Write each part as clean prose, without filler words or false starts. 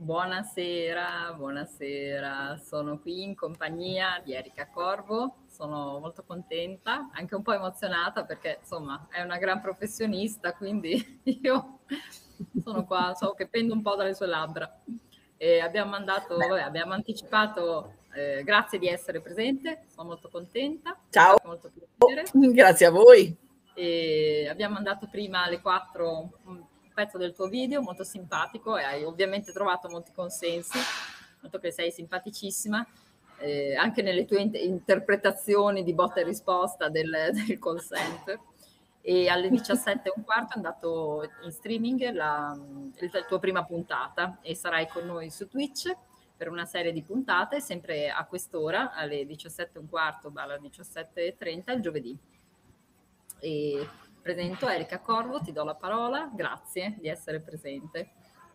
Buonasera, buonasera. Sono qui in compagnia di Erika Corvo. Sono molto contenta, anche un po' emozionata perché insomma è una gran professionista, quindi io sono qua, so che pendo un po' dalle sue labbra. E abbiamo anticipato, grazie di essere presente, sono molto contenta, mi Ciao, fa molto piacere. grazie a voi. E abbiamo mandato prima alle 4 un pezzo del tuo video molto simpatico e hai ovviamente trovato molti consensi, molto che sei simpaticissima, anche nelle tue interpretazioni di botta e risposta del call center. E alle 17:15 è andato in streaming la tua prima puntata e sarai con noi su Twitch per una serie di puntate, sempre a quest'ora, alle 17:15-17:30 il giovedì. E presento Erika Corvo, ti do la parola, grazie di essere presente.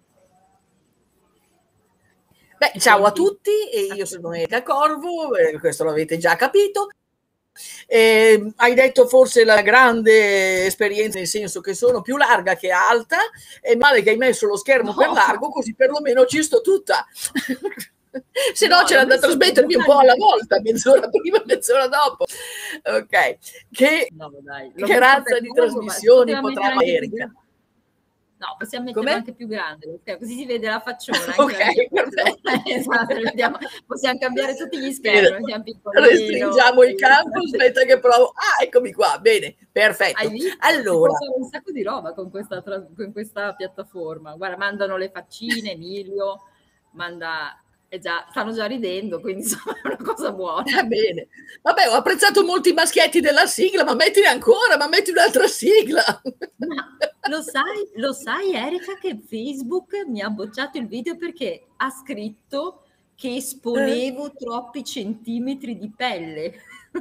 Beh, ciao a tutti, io sono Erika Corvo, questo l'avete già capito. Hai detto forse la grande esperienza, nel senso che sono più larga che alta, e male che hai messo lo schermo per largo, così perlomeno ci sto tutta. Se no, c'era da trasmettermi un po' alla volta, mezz'ora prima, mezz'ora dopo. Ok, che razza di trasmissioni potrà Erika? No, possiamo metterlo anche più grande, così si vede la facciona. Ok, perfetto. Esatto, possiamo cambiare tutti gli schermi. Restringiamo il campo, aspetta che provo. Ah, eccomi qua, bene, perfetto. Hai visto? Allora, si può fare un sacco di roba con questa piattaforma. Guarda, mandano le faccine, Emilio, stanno già ridendo, quindi insomma è una cosa buona. Bene. Vabbè, ho apprezzato molti i maschietti della sigla, ma mettine ancora, ma metti un'altra sigla. Ma lo sai Erika che Facebook mi ha bocciato il video perché ha scritto che esponevo troppi centimetri di pelle.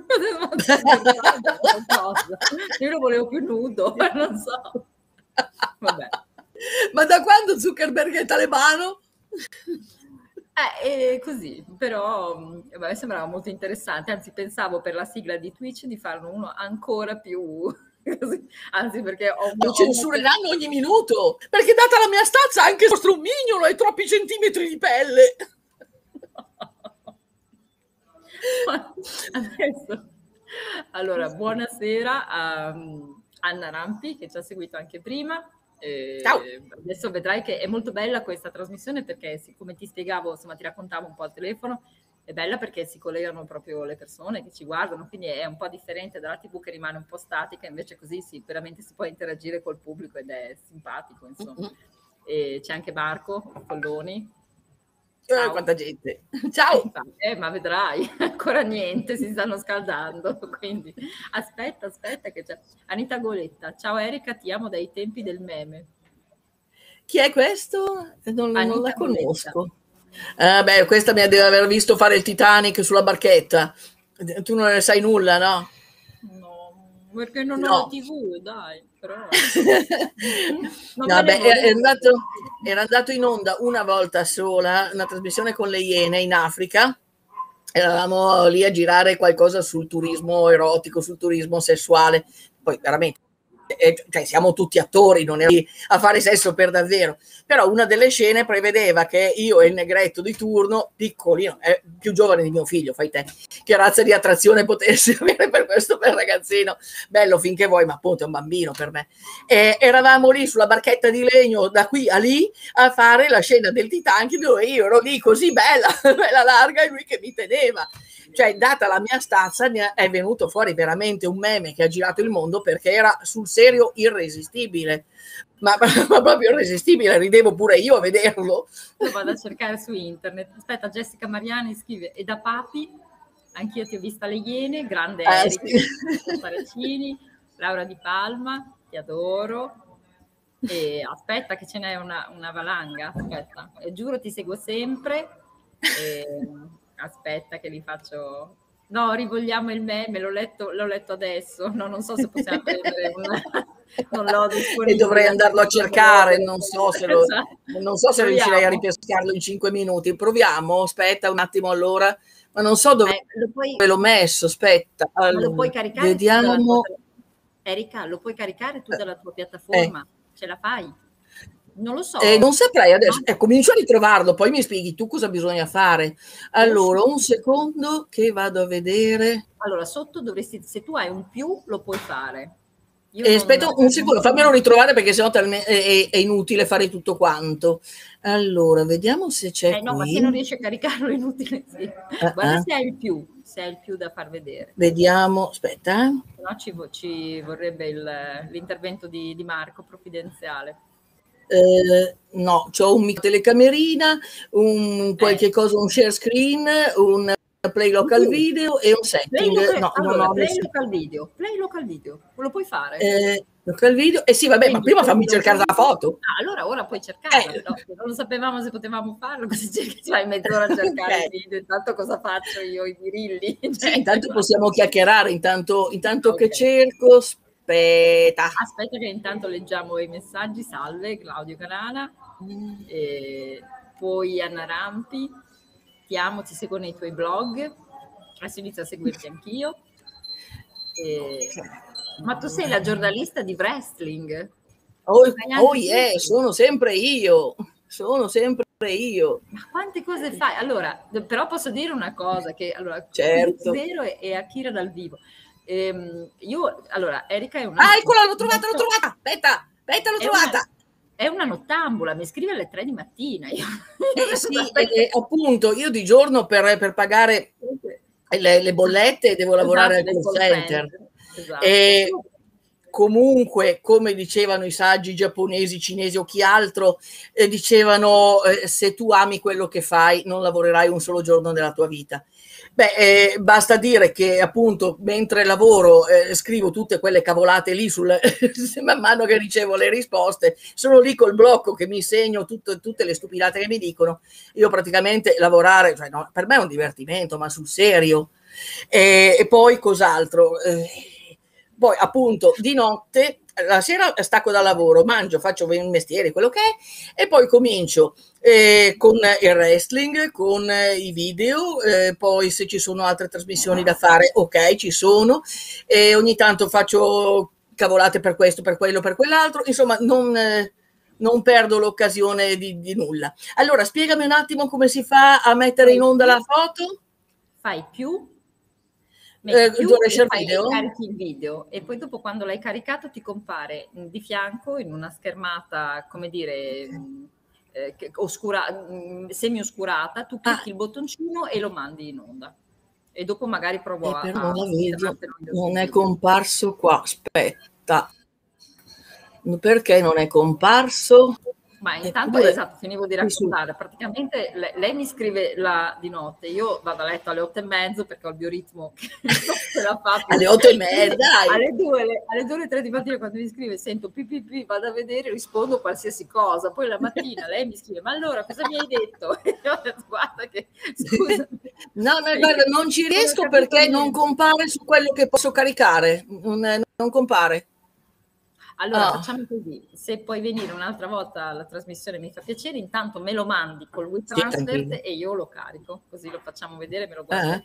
Io lo volevo più nudo, non so. Vabbè. Ma da quando Zuckerberg è talebano? Così, però a me sembrava molto interessante, anzi pensavo per la sigla di Twitch di farne uno ancora più così, anzi perché lo censureranno ogni minuto, perché data la mia stazza anche il nostro mignolo hai troppi centimetri di pelle. Adesso. Allora, buonasera a Anna Rampi che ci ha seguito anche prima. Ciao. Adesso vedrai che è molto bella questa trasmissione perché, come ti spiegavo, insomma, ti raccontavo un po' al telefono, è bella perché si collegano proprio le persone che ci guardano, quindi è un po' differente dalla TV che rimane un po' statica, invece così veramente si può interagire col pubblico ed è simpatico, insomma. E c'è anche Marco Colloni. Quanta gente. Ciao. Ma vedrai, ancora niente, si stanno scaldando, quindi aspetta che c'è Anita Goletta. Ciao Erika, ti amo dai tempi del meme. Chi è questo? Non la conosco. Beh, questa mi deve aver visto fare il Titanic sulla barchetta. Tu non ne sai nulla, no? No, perché non ho la TV, dai, però. No, beh, era andato in onda una volta sola, una trasmissione con le Iene in Africa. Eravamo lì a girare qualcosa sul turismo erotico, sul turismo sessuale. Poi veramente, cioè, siamo tutti attori, non è lì a fare sesso per davvero. Però una delle scene prevedeva che io e il negretto di turno, piccolino, più giovane di mio figlio, fai te, che razza di attrazione potessi avere per questo bel ragazzino, bello finché vuoi, ma appunto è un bambino per me. E eravamo lì sulla barchetta di legno da qui a lì a fare la scena del Titanic, dove io ero lì così bella, bella larga, e lui che mi teneva. Cioè, data la mia stazza, è venuto fuori veramente un meme che ha girato il mondo, perché era sul serio irresistibile, ma proprio irresistibile, ridevo pure io a vederlo. Lo vado a cercare su internet. Aspetta, Jessica Mariani scrive: e da Papi anch'io ti ho vista le Iene, grande Erika, Saracini, Laura Di Palma, ti adoro. E aspetta che ce n'è una valanga, aspetta, giuro ti seguo sempre. Aspetta che li faccio. No, rivogliamo il meme, l'ho letto adesso. No, non so se possiamo prendere non l'ho disponibile. E dovrei andarlo a cercare, non so se riuscirei a ripescarlo in 5 minuti. Proviamo, aspetta un attimo allora, ma non so dove l'ho messo, aspetta. Allora, ma lo puoi caricare? Vediamo. Erika, lo puoi caricare tu dalla tua piattaforma? Ce la fai? Non lo so. Non saprei adesso, comincio a ritrovarlo, poi mi spieghi tu cosa bisogna fare. Allora, un secondo che vado a vedere. Allora, sotto dovresti, se tu hai un più, lo puoi fare. Io Aspetta un secondo, fammelo ritrovare perché sennò è inutile fare tutto quanto. Allora, vediamo se c'è no, qui. ma se non riesci a caricarlo è inutile. Sì. Guarda se hai il più da far vedere. Vediamo, aspetta. No, ci vorrebbe l'intervento di Marco provvidenziale. No, c'ho un telecamerina, un qualche cosa, un share screen, un play local video e un setting. Play local video, lo puoi fare? Local video, sì, vabbè, ma prima fammi cercare la foto. Allora ora puoi cercarla, però non lo sapevamo se potevamo farlo, così ci fai mezz'ora a cercare il video, intanto cosa faccio io, i birilli? Sì, intanto possiamo chiacchierare, intanto che cerco. Aspetta che intanto leggiamo i messaggi. Salve Claudio Canana, poi Anna Rampi, ti amo, ti seguo nei tuoi blog, adesso inizio a seguirti anch'io. Ma tu sei la giornalista di wrestling? Sono sempre io. Ma quante cose fai? Allora, però posso dire una cosa, che allora, certo. Zero e Akira dal vivo. Io, allora, Erika è una... eccola, l'ho trovata! Aspetta, l'ho trovata! È una nottambula, mi scrive alle 3 di mattina. Sì, appunto, io di giorno per pagare le bollette devo lavorare al call center. Esatto. E comunque, come dicevano i saggi giapponesi, cinesi o chi altro, dicevano se tu ami quello che fai non lavorerai un solo giorno nella tua vita. Beh, basta dire che appunto mentre lavoro scrivo tutte quelle cavolate lì man mano che ricevo le risposte, sono lì col blocco che mi segno tutte le stupidate che mi dicono. Io praticamente lavorare, cioè, no, per me è un divertimento, ma sul serio. E poi cos'altro? Poi appunto di notte, la sera stacco dal lavoro, mangio, faccio il mestiere, quello che è, e poi comincio con il wrestling, con i video, poi se ci sono altre trasmissioni da fare, ok, ci sono, e ogni tanto faccio cavolate per questo, per quello, per quell'altro, insomma non perdo l'occasione di nulla. Allora, spiegami un attimo come si fa a mettere in onda la foto. Fai più carichi il video e poi dopo, quando l'hai caricato, ti compare di fianco in una schermata, come dire, semi oscurata, tu clicchi il bottoncino e lo mandi in onda, e dopo magari provo però non la vedo, non è comparso qua, aspetta, perché non è comparso? Ma intanto, esatto, finivo di raccontare, praticamente lei mi scrive di notte, io vado a letto alle 8:30 perché ho il bioritmo che non ce la fa più. Alle 8:30, dai! Alle 2, alle 3 di mattina, quando mi scrive, sento pipì, vado a vedere, rispondo qualsiasi cosa, poi la mattina lei mi scrive, ma allora cosa mi hai detto? E io ho detto, guarda che, scusa. No, guarda, non ci riesco perché non compare su quello che posso caricare, non compare. Allora facciamo così, se puoi venire un'altra volta alla trasmissione mi fa piacere, intanto me lo mandi col WeTransfer e io lo carico, così lo facciamo vedere, me lo guardo.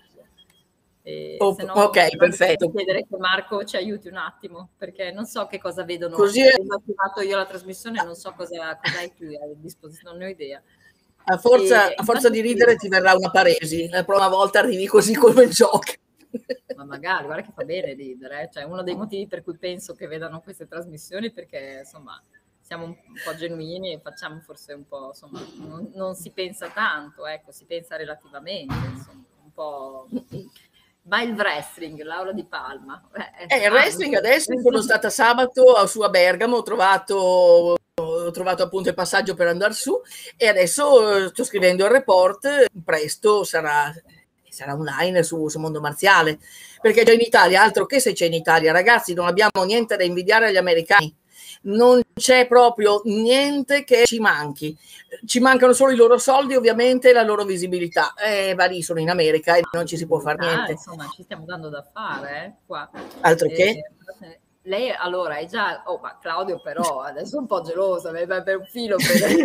Ok, perfetto. Chiedere che Marco ci aiuti un attimo, perché non so che cosa vedono. Così ho attivato io la trasmissione, non so cosa hai qui a disposizione, non ne ho idea. A forza di ridere ti verrà una paresi, la prima volta arrivi così come giochi. Ma magari, guarda che fa bene ridere, cioè uno dei motivi per cui penso che vedano queste trasmissioni, perché insomma siamo un po' genuini e facciamo forse un po', insomma, non si pensa tanto, ecco, si pensa relativamente, insomma, un po'. Ma il wrestling, l'Aula di Palma. Il wrestling adesso sono stata sabato su a Bergamo, ho trovato appunto il passaggio per andare su e adesso sto scrivendo il report, presto sarà online su Mondo Marziale, perché già in Italia, altro che se c'è in Italia, ragazzi, non abbiamo niente da invidiare agli americani, non c'è proprio niente che ci manchi, ci mancano solo i loro soldi, ovviamente, e la loro visibilità, vari sono in America e non ci si può fare niente. Insomma, ci stiamo dando da fare, qua. Altro che? Lei allora è già, ma Claudio però adesso è un po' geloso, per un filo per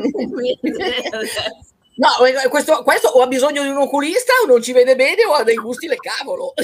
No, questo o ha bisogno di un oculista o non ci vede bene o ha dei gusti le cavolo.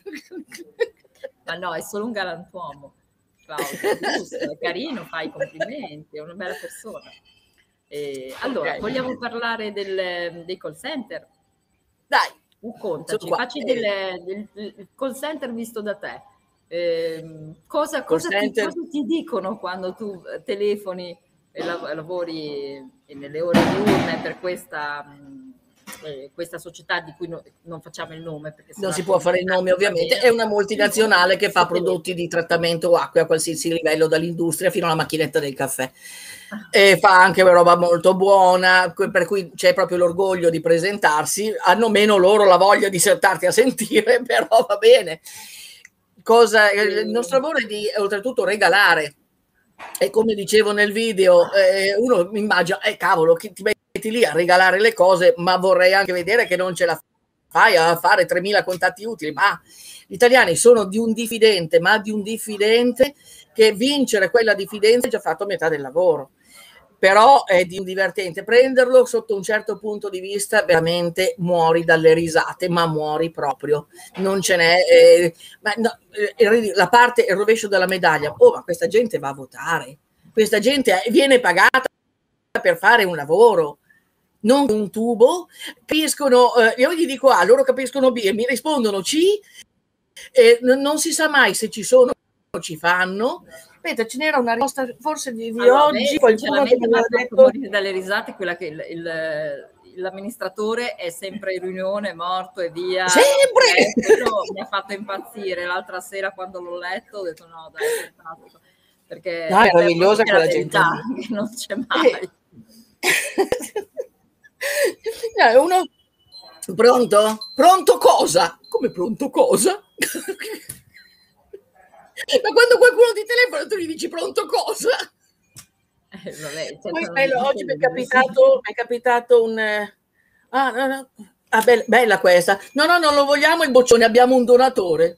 Ma no, è solo un galantuomo, Claudio, è carino, fa i complimenti, è una bella persona. Allora, Ok. vogliamo parlare dei call center? Dai, Contaci, sono qua. facci del call center visto da te. Cosa, Call cosa ti, center. cosa ti dicono quando tu telefoni e lavori nelle ore diurne per questa società di cui non facciamo il nome perché Non sennò si può fare il nome, va ovviamente. bene. È una multinazionale che fa prodotti di trattamento acqua a qualsiasi livello, dall'industria fino alla macchinetta del caffè. E fa anche roba molto buona, per cui c'è proprio l'orgoglio di presentarsi. Hanno meno loro la voglia di starti a sentire, però va bene. Il nostro lavoro è di oltretutto regalare. E come dicevo nel video, uno mi immagina, cavolo, ti metti lì a regalare le cose, ma vorrei anche vedere che non ce la fai a fare 3000 contatti utili. Ma gli italiani sono di un diffidente, ma di un diffidente che vincere quella diffidenza è già fatto metà del lavoro. Però è di un divertente prenderlo sotto un certo punto di vista, veramente muori dalle risate, ma muori proprio, non ce n'è. Ma no, la parte, il rovescio della medaglia, ma questa gente va a votare, questa gente viene pagata per fare un lavoro, non un tubo, capiscono, io gli dico A, loro capiscono B e mi rispondono C, non si sa mai se ci sono o ci fanno. Aspetta, ce n'era una risposta forse di allora, oggi, qualcuno che mi ha detto morire dalle risate, quella che l'amministratore è sempre in riunione, morto e via. Sempre! Quello mi ha fatto impazzire l'altra sera quando l'ho letto, ho detto no dai, è fantastico, perché no, è meravigliosa quella gente lì. Che non c'è mai. Uno pronto? Pronto cosa? Come pronto cosa? Ma quando qualcuno ti telefona tu gli dici pronto cosa? Vabbè, Poi oggi mi è capitato un no. Ah, bella questa. No, non lo vogliamo il boccione, abbiamo un donatore.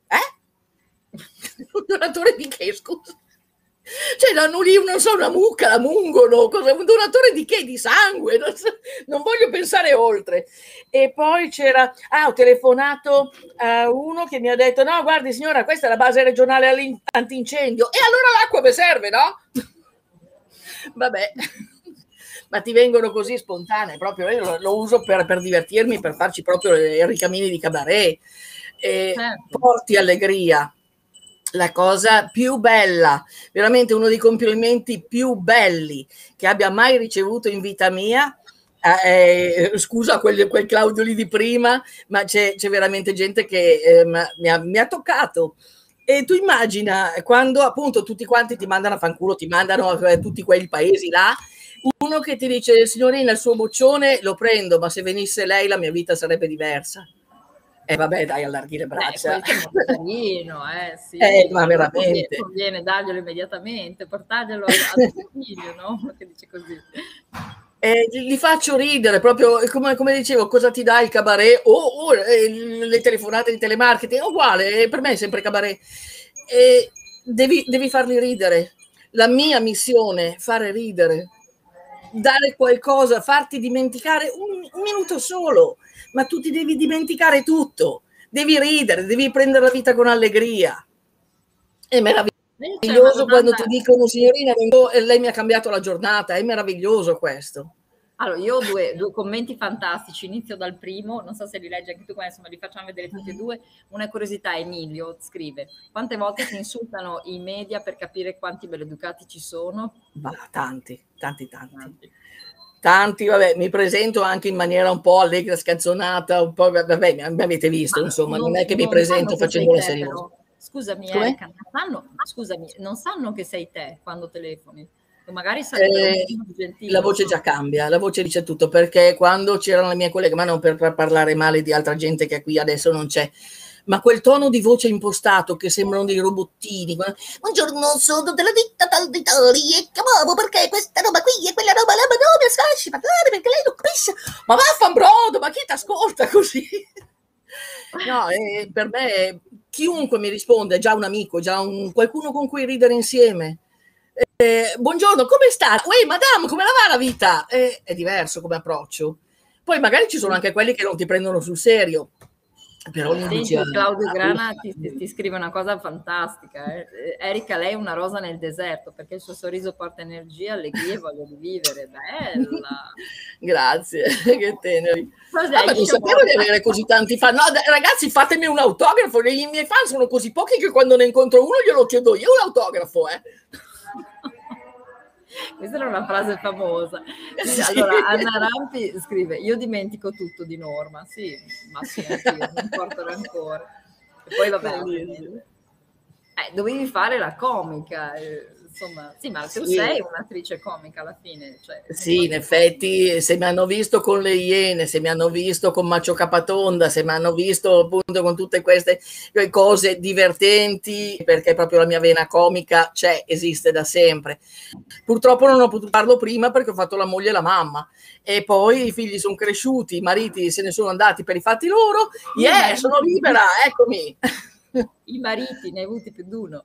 Un donatore di che, scusa? Cioè, danno lì, non so, una mucca, la mungono, un donatore di che? Di sangue? Non voglio pensare oltre. E poi c'era, ho telefonato a uno che mi ha detto, no, guardi signora, questa è la base regionale antincendio. E allora l'acqua mi serve, no? Vabbè. Ma ti vengono così spontanee, proprio io lo uso per divertirmi, per farci proprio i ricamini di cabaret. Certo. Porti allegria. La cosa più bella, veramente uno dei complimenti più belli che abbia mai ricevuto in vita mia, scusa quel Claudio lì di prima, ma c'è veramente gente che mi ha toccato. E tu immagina quando appunto tutti quanti ti mandano a fanculo, ti mandano a tutti quei paesi là, uno che ti dice signorina il suo boccione lo prendo, ma se venisse lei la mia vita sarebbe diversa. Vabbè, dai, allarghi le braccia. Questo è molto carino, sì. Ma veramente. Conviene darglielo immediatamente, portarglielo al figlio, no? Che dice così. Li faccio ridere, proprio come dicevo, cosa ti dà il cabaret o le telefonate di telemarketing, uguale, per me è sempre cabaret. Devi farli ridere. La mia missione è fare ridere, dare qualcosa, farti dimenticare un minuto solo, ma tu ti devi dimenticare tutto, devi ridere, devi prendere la vita con allegria. È meraviglioso quando ti dicono signorina, lei mi ha cambiato la giornata, è meraviglioso questo. Allora, io ho due commenti fantastici, inizio dal primo, non so se li leggi anche tu, ma insomma li facciamo vedere tutti e due. Una curiosità, Emilio scrive, quante volte si insultano i media per capire quanti maleducati ci sono? Tanti, vabbè, mi presento anche in maniera un po' allegra, scanzonata, un po', vabbè, mi avete visto, insomma, non è che mi presento facendo la seriosa. Scusami, Erika, non sanno che sei te quando telefoni. Magari la voce già cambia, la voce dice tutto, perché quando c'erano le mie colleghe, ma non per parlare male di altra gente che qui adesso non c'è, ma quel tono di voce impostato che sembrano dei robottini. Buongiorno, sono della ditta tal di tali e chiamavo perché questa roba qui e quella roba là, ma non mi lasci parlare perché lei non capisce. Ma vaffanbrodo, ma chi ti ascolta così? No, per me chiunque mi risponde è già un amico, già qualcuno con cui ridere insieme. Buongiorno, come sta? Uè, madame, come la va la vita? È diverso come approccio. Poi magari ci sono anche quelli che non ti prendono sul serio. però li dice Senti, Claudio Grana ti scrive una cosa fantastica. Erika, lei è una rosa nel deserto perché il suo sorriso porta energia, allegria e voglia di vivere. Bella! Grazie, che teneri. Cos'è? Ma non sapevo di avere così tanti fan. No, ragazzi, fatemi un autografo. I miei fan sono così pochi che quando ne incontro uno glielo chiedo io un autografo, Questa era una frase famosa. Sì. Allora, Anna Rampi scrive: io dimentico tutto di Norma. Sì, ma sì, anch'io, non porto rancore. E poi vabbè, dovevi fare la comica, insomma, sì, ma tu sei un'attrice comica alla fine. Cioè, sì, in effetti, se mi hanno visto con le Iene, se mi hanno visto con Macio Capatonda, se mi hanno visto appunto con tutte queste cose divertenti, perché proprio la mia vena comica c'è, esiste da sempre. Purtroppo non ho potuto farlo prima perché ho fatto la moglie e la mamma, e poi i figli sono cresciuti, i mariti se ne sono andati per i fatti loro, sono libera, eccomi. I mariti, ne hai avuti più di uno?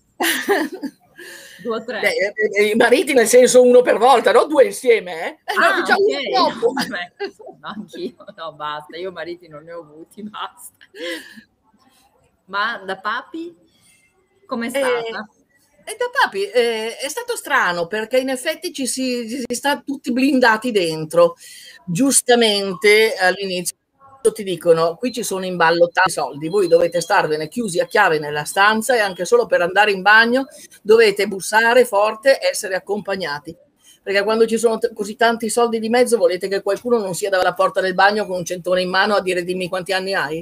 2 o 3? I mariti nel senso uno per volta, no 2 insieme, Ah, già okay. No, anch'io, no basta, io mariti non ne ho avuti, basta. Ma da papi com'è stata? E da papi è stato strano perché in effetti ci si sta tutti blindati dentro. Giustamente all'inizio ti dicono: qui ci sono in ballo tanti soldi, voi dovete starvene chiusi a chiave nella stanza e anche solo per andare in bagno dovete bussare forte, essere accompagnati. Perché quando ci sono così tanti soldi di mezzo volete che qualcuno non sia dalla porta del bagno con un centone in mano a dire dimmi quanti anni hai?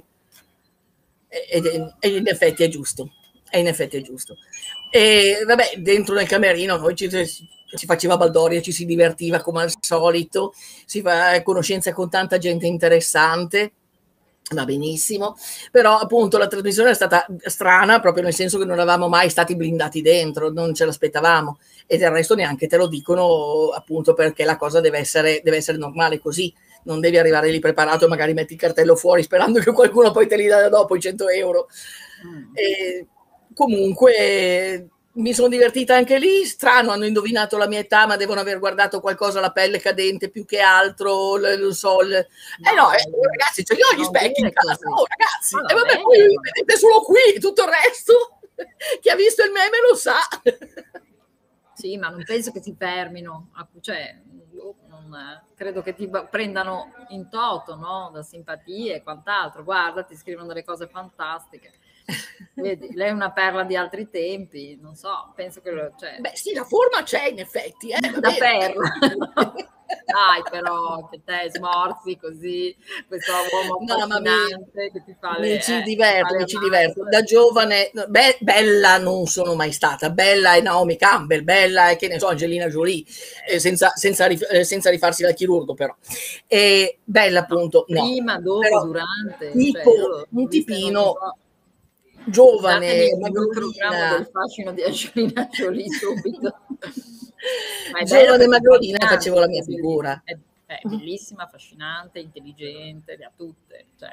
E in effetti è giusto. E in effetti è giusto. E vabbè, dentro nel camerino noi si faceva baldoria, ci si divertiva come al solito, si fa conoscenza con tanta gente interessante, va benissimo, però appunto la trasmissione è stata strana proprio nel senso che non eravamo mai stati blindati dentro, non ce l'aspettavamo, e del resto neanche te lo dicono appunto perché la cosa deve essere normale così, non devi arrivare lì preparato e magari metti il cartello fuori sperando che qualcuno poi te li dà dopo i 100 euro. E comunque mi sono divertita anche lì, strano, hanno indovinato la mia età, ma devono aver guardato qualcosa alla pelle cadente più che altro, non so. Ragazzi, cioè io ho gli specchi in casa, ragazzi, e vabbè, poi vedete solo qui, tutto il resto, chi ha visto il meme lo sa. Sì, ma non penso che ti fermino, cioè, credo che ti prendano in toto, no? Da simpatie e quant'altro. Guarda, ti scrivono delle cose fantastiche. Vedi, lei è una perla di altri tempi, non so, penso che beh sì, la forma c'è in effetti, da perla. Dai, però che te smorzi così questo uomo affascinante che ti fa mi ci diverto. Da giovane, bella non sono mai stata, bella è Naomi Campbell, bella è che ne so Angelina Jolie, senza rifarsi dal chirurgo però. E bella appunto, prima, dopo, però, durante, tipo un tipino giovane, magrolina, del fascino di Angelina Jolie subito. Giovane magrolina facevo la mia figura. È bellissima, affascinante, intelligente, le ha tutte. Cioè.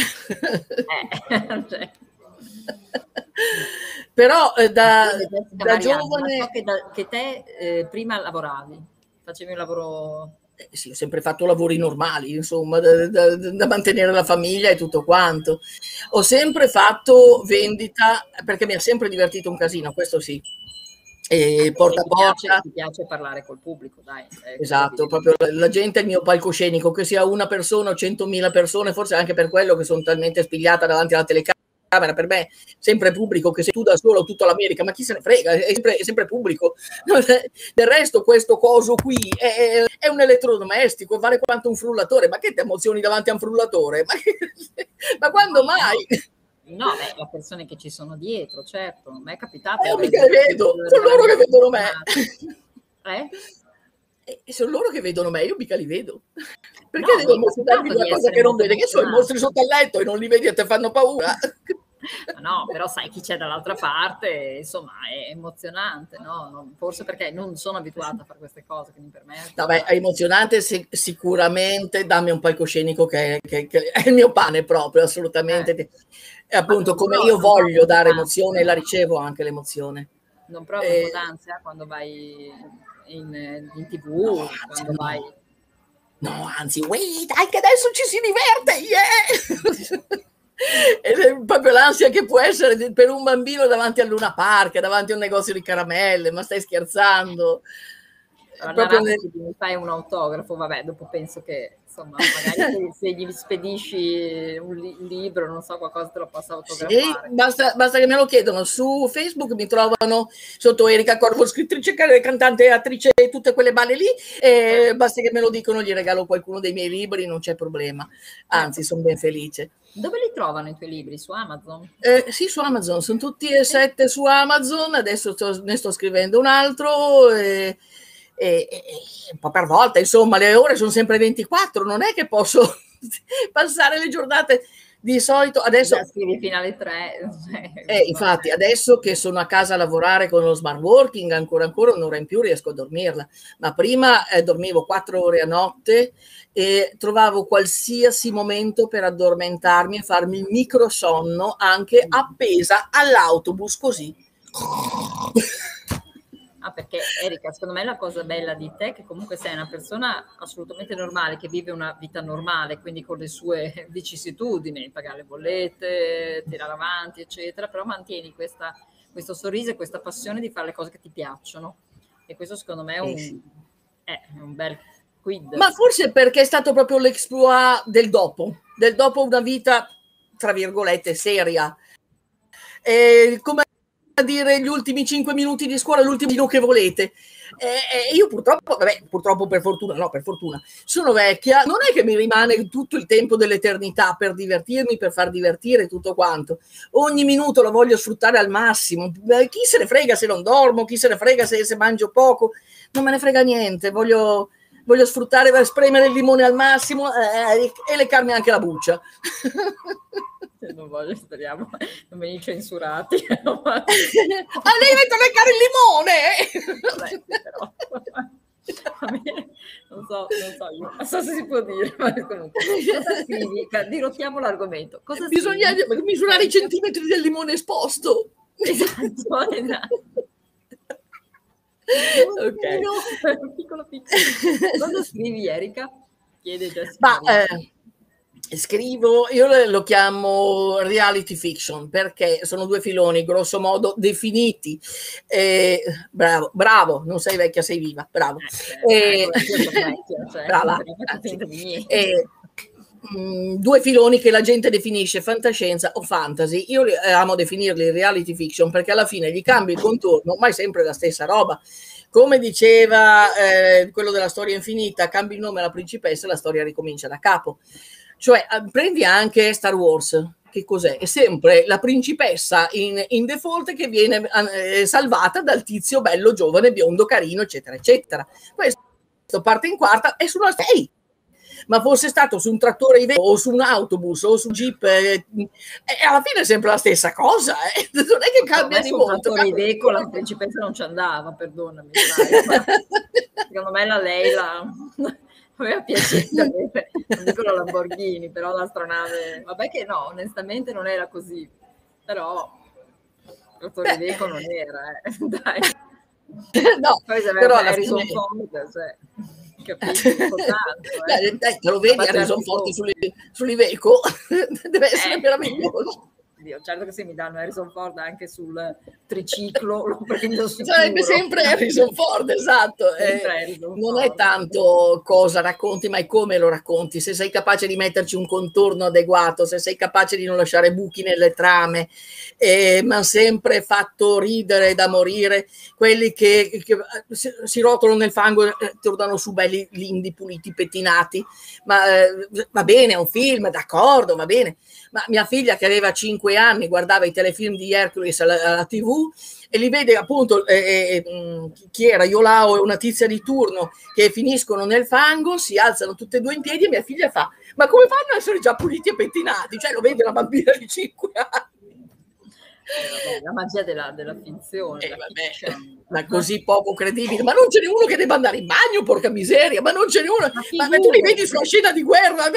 Cioè. Però da giovane... So che te prima lavoravi, facevi un lavoro... Sì, ho sempre fatto lavori normali, insomma, da mantenere la famiglia e tutto quanto. Ho sempre fatto vendita, perché mi ha sempre divertito un casino, questo sì. E porta a porta. Ti piace parlare col pubblico, dai. Esatto, proprio la gente è il mio palcoscenico, che sia una persona o 100.000 persone, forse anche per quello che sono talmente spigliata davanti alla telecamera. Per me sempre pubblico, che sei tu da solo tutta l'America, ma chi se ne frega, è sempre pubblico. Del resto questo coso qui è un elettrodomestico, vale quanto un frullatore, ma che ti emozioni davanti a un frullatore? Ma quando mai? No, le persone che ci sono dietro, certo, a me è capitato. Io mica le vedo, sono loro che vedono me. Sono loro che vedono me, io mica li vedo. Perché devo mostrarvi una cosa che non vede? Che sono i mostri sotto il letto e non li vedi e ti fanno paura? No, però sai chi c'è dall'altra parte, insomma, è emozionante, no? Forse perché non sono abituata a fare queste cose, quindi per me... Vabbè, è emozionante sicuramente, dammi un palcoscenico che è il mio pane proprio, assolutamente. Appunto, come io voglio dare emozione, la ricevo anche l'emozione. Non provi un po' d'ansia quando vai in TV, quando vai... No, anzi, wait, anche adesso ci si diverte, yeah! Ed è proprio l'ansia che può essere per un bambino davanti al Luna Park, davanti a un negozio di caramelle, ma stai scherzando? Proprio mi fai un autografo, vabbè, dopo penso che insomma magari se gli spedisci un libro, non so, qualcosa te lo possa autografare. Sì, basta che me lo chiedono. Su Facebook mi trovano sotto Erika Corvo, scrittrice, cantante, attrice, tutte quelle balle lì, e basta che me lo dicono, gli regalo qualcuno dei miei libri, non c'è problema, anzi sono ben felice. Dove li trovano i tuoi libri? Su Amazon? Sì, su Amazon, sono tutti e 7 su Amazon, adesso ne sto scrivendo un altro, e un po' per volta, insomma, le ore sono sempre 24, non è che posso passare le giornate di solito. Adesso scrivi fino alle 3. Infatti, adesso che sono a casa a lavorare con lo smart working, ancora un'ora in più riesco a dormirla, ma prima dormivo 4 ore a notte e trovavo qualsiasi momento per addormentarmi e farmi il micro sonno anche appesa all'autobus, così. Perché Erika, secondo me la cosa bella di te è che comunque sei una persona assolutamente normale, che vive una vita normale, quindi con le sue vicissitudini, pagare le bollette, tirare avanti, eccetera, però mantieni questo sorriso e questa passione di fare le cose che ti piacciono. E questo secondo me è un bel quid. Ma forse perché è stato proprio l'exploit del dopo una vita, tra virgolette, seria. Come a dire, gli ultimi 5 minuti di scuola, l'ultimo che volete. Io purtroppo per fortuna, sono vecchia, non è che mi rimane tutto il tempo dell'eternità per divertirmi, per far divertire tutto quanto. Ogni minuto lo voglio sfruttare al massimo. Chi se ne frega se non dormo, chi se ne frega se mangio poco, non me ne frega niente, voglio sfruttare per spremere il limone al massimo e leccarmi anche la buccia. Non voglio, speriamo, non venire censurati. Lei mette a leccare il limone! Vabbè, però, non so io, non so se si può dire, ma comunque, cosa scrivi? Dirottiamo l'argomento. Bisogna misurare i centimetri del limone esposto. Esatto. Ok. Piccolo. Cosa scrivi, Erika? Chiede Jessica. Scrivo, io lo chiamo reality fiction perché sono 2 filoni grosso modo definiti. Bravo, non sei vecchia, sei viva, bravo. Brava. 2 filoni che la gente definisce fantascienza o fantasy. Io amo definirli reality fiction perché alla fine gli cambi il contorno, ma è sempre la stessa roba. Come diceva quello della storia infinita, cambi il nome alla principessa e la storia ricomincia da capo. Cioè, prendi anche Star Wars, che cos'è? È sempre la principessa in default che viene salvata dal tizio bello, giovane, biondo, carino, eccetera, eccetera. Questo parte in quarta e sulla 6. Ma fosse stato su un trattore o su un autobus o su un jeep, alla fine è sempre la stessa cosa. Non è che cambia di molto. Su un trattore con la principessa non ci andava, perdonami. Secondo me lei aveva piacere di avere, non dico la Lamborghini, però l'astronave, vabbè che no, onestamente non era così, però il Torideco non era, dai. No, poi se aveva Harrison Ford, cioè, capisci, tanto, te lo vedi Harrison Ford sull'Iveco? Deve essere meraviglioso. Certo che se mi danno Harrison Ford anche sul triciclo lo prendo sicuro. Sarebbe sempre Harrison Ford, esatto. Non è tanto cosa racconti, ma è come lo racconti. Se sei capace di metterci un contorno adeguato, se sei capace di non lasciare buchi nelle trame, ma sempre fatto ridere da morire quelli che si rotolano nel fango e tornano su belli lindi, puliti, pettinati. Ma va bene, è un film, d'accordo, va bene. Ma mia figlia che aveva 5 anni guardava i telefilm di Hercules alla TV e li vede appunto chi era, Iolao e una tizia di turno che finiscono nel fango, si alzano tutte e 2 in piedi e mia figlia fa: ma come fanno a essere già puliti e pettinati? Cioè lo vede una bambina di 5 anni. La magia della finzione, ma così poco credibile, ma non ce n'è uno che debba andare in bagno, porca miseria, ma non ce n'è uno, ma tu li vedi sulla scena di guerra,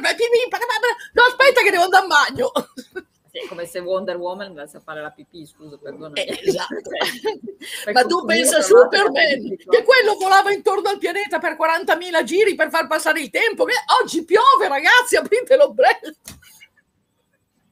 no, aspetta che devo andare in bagno. Sì, come se Wonder Woman andasse a fare la pipì, scusa, perdonami. Esatto. Ma tu pensa Superman, che quello volava intorno al pianeta per 40.000 giri per far passare il tempo, oggi piove ragazzi, aprite l'ombrello.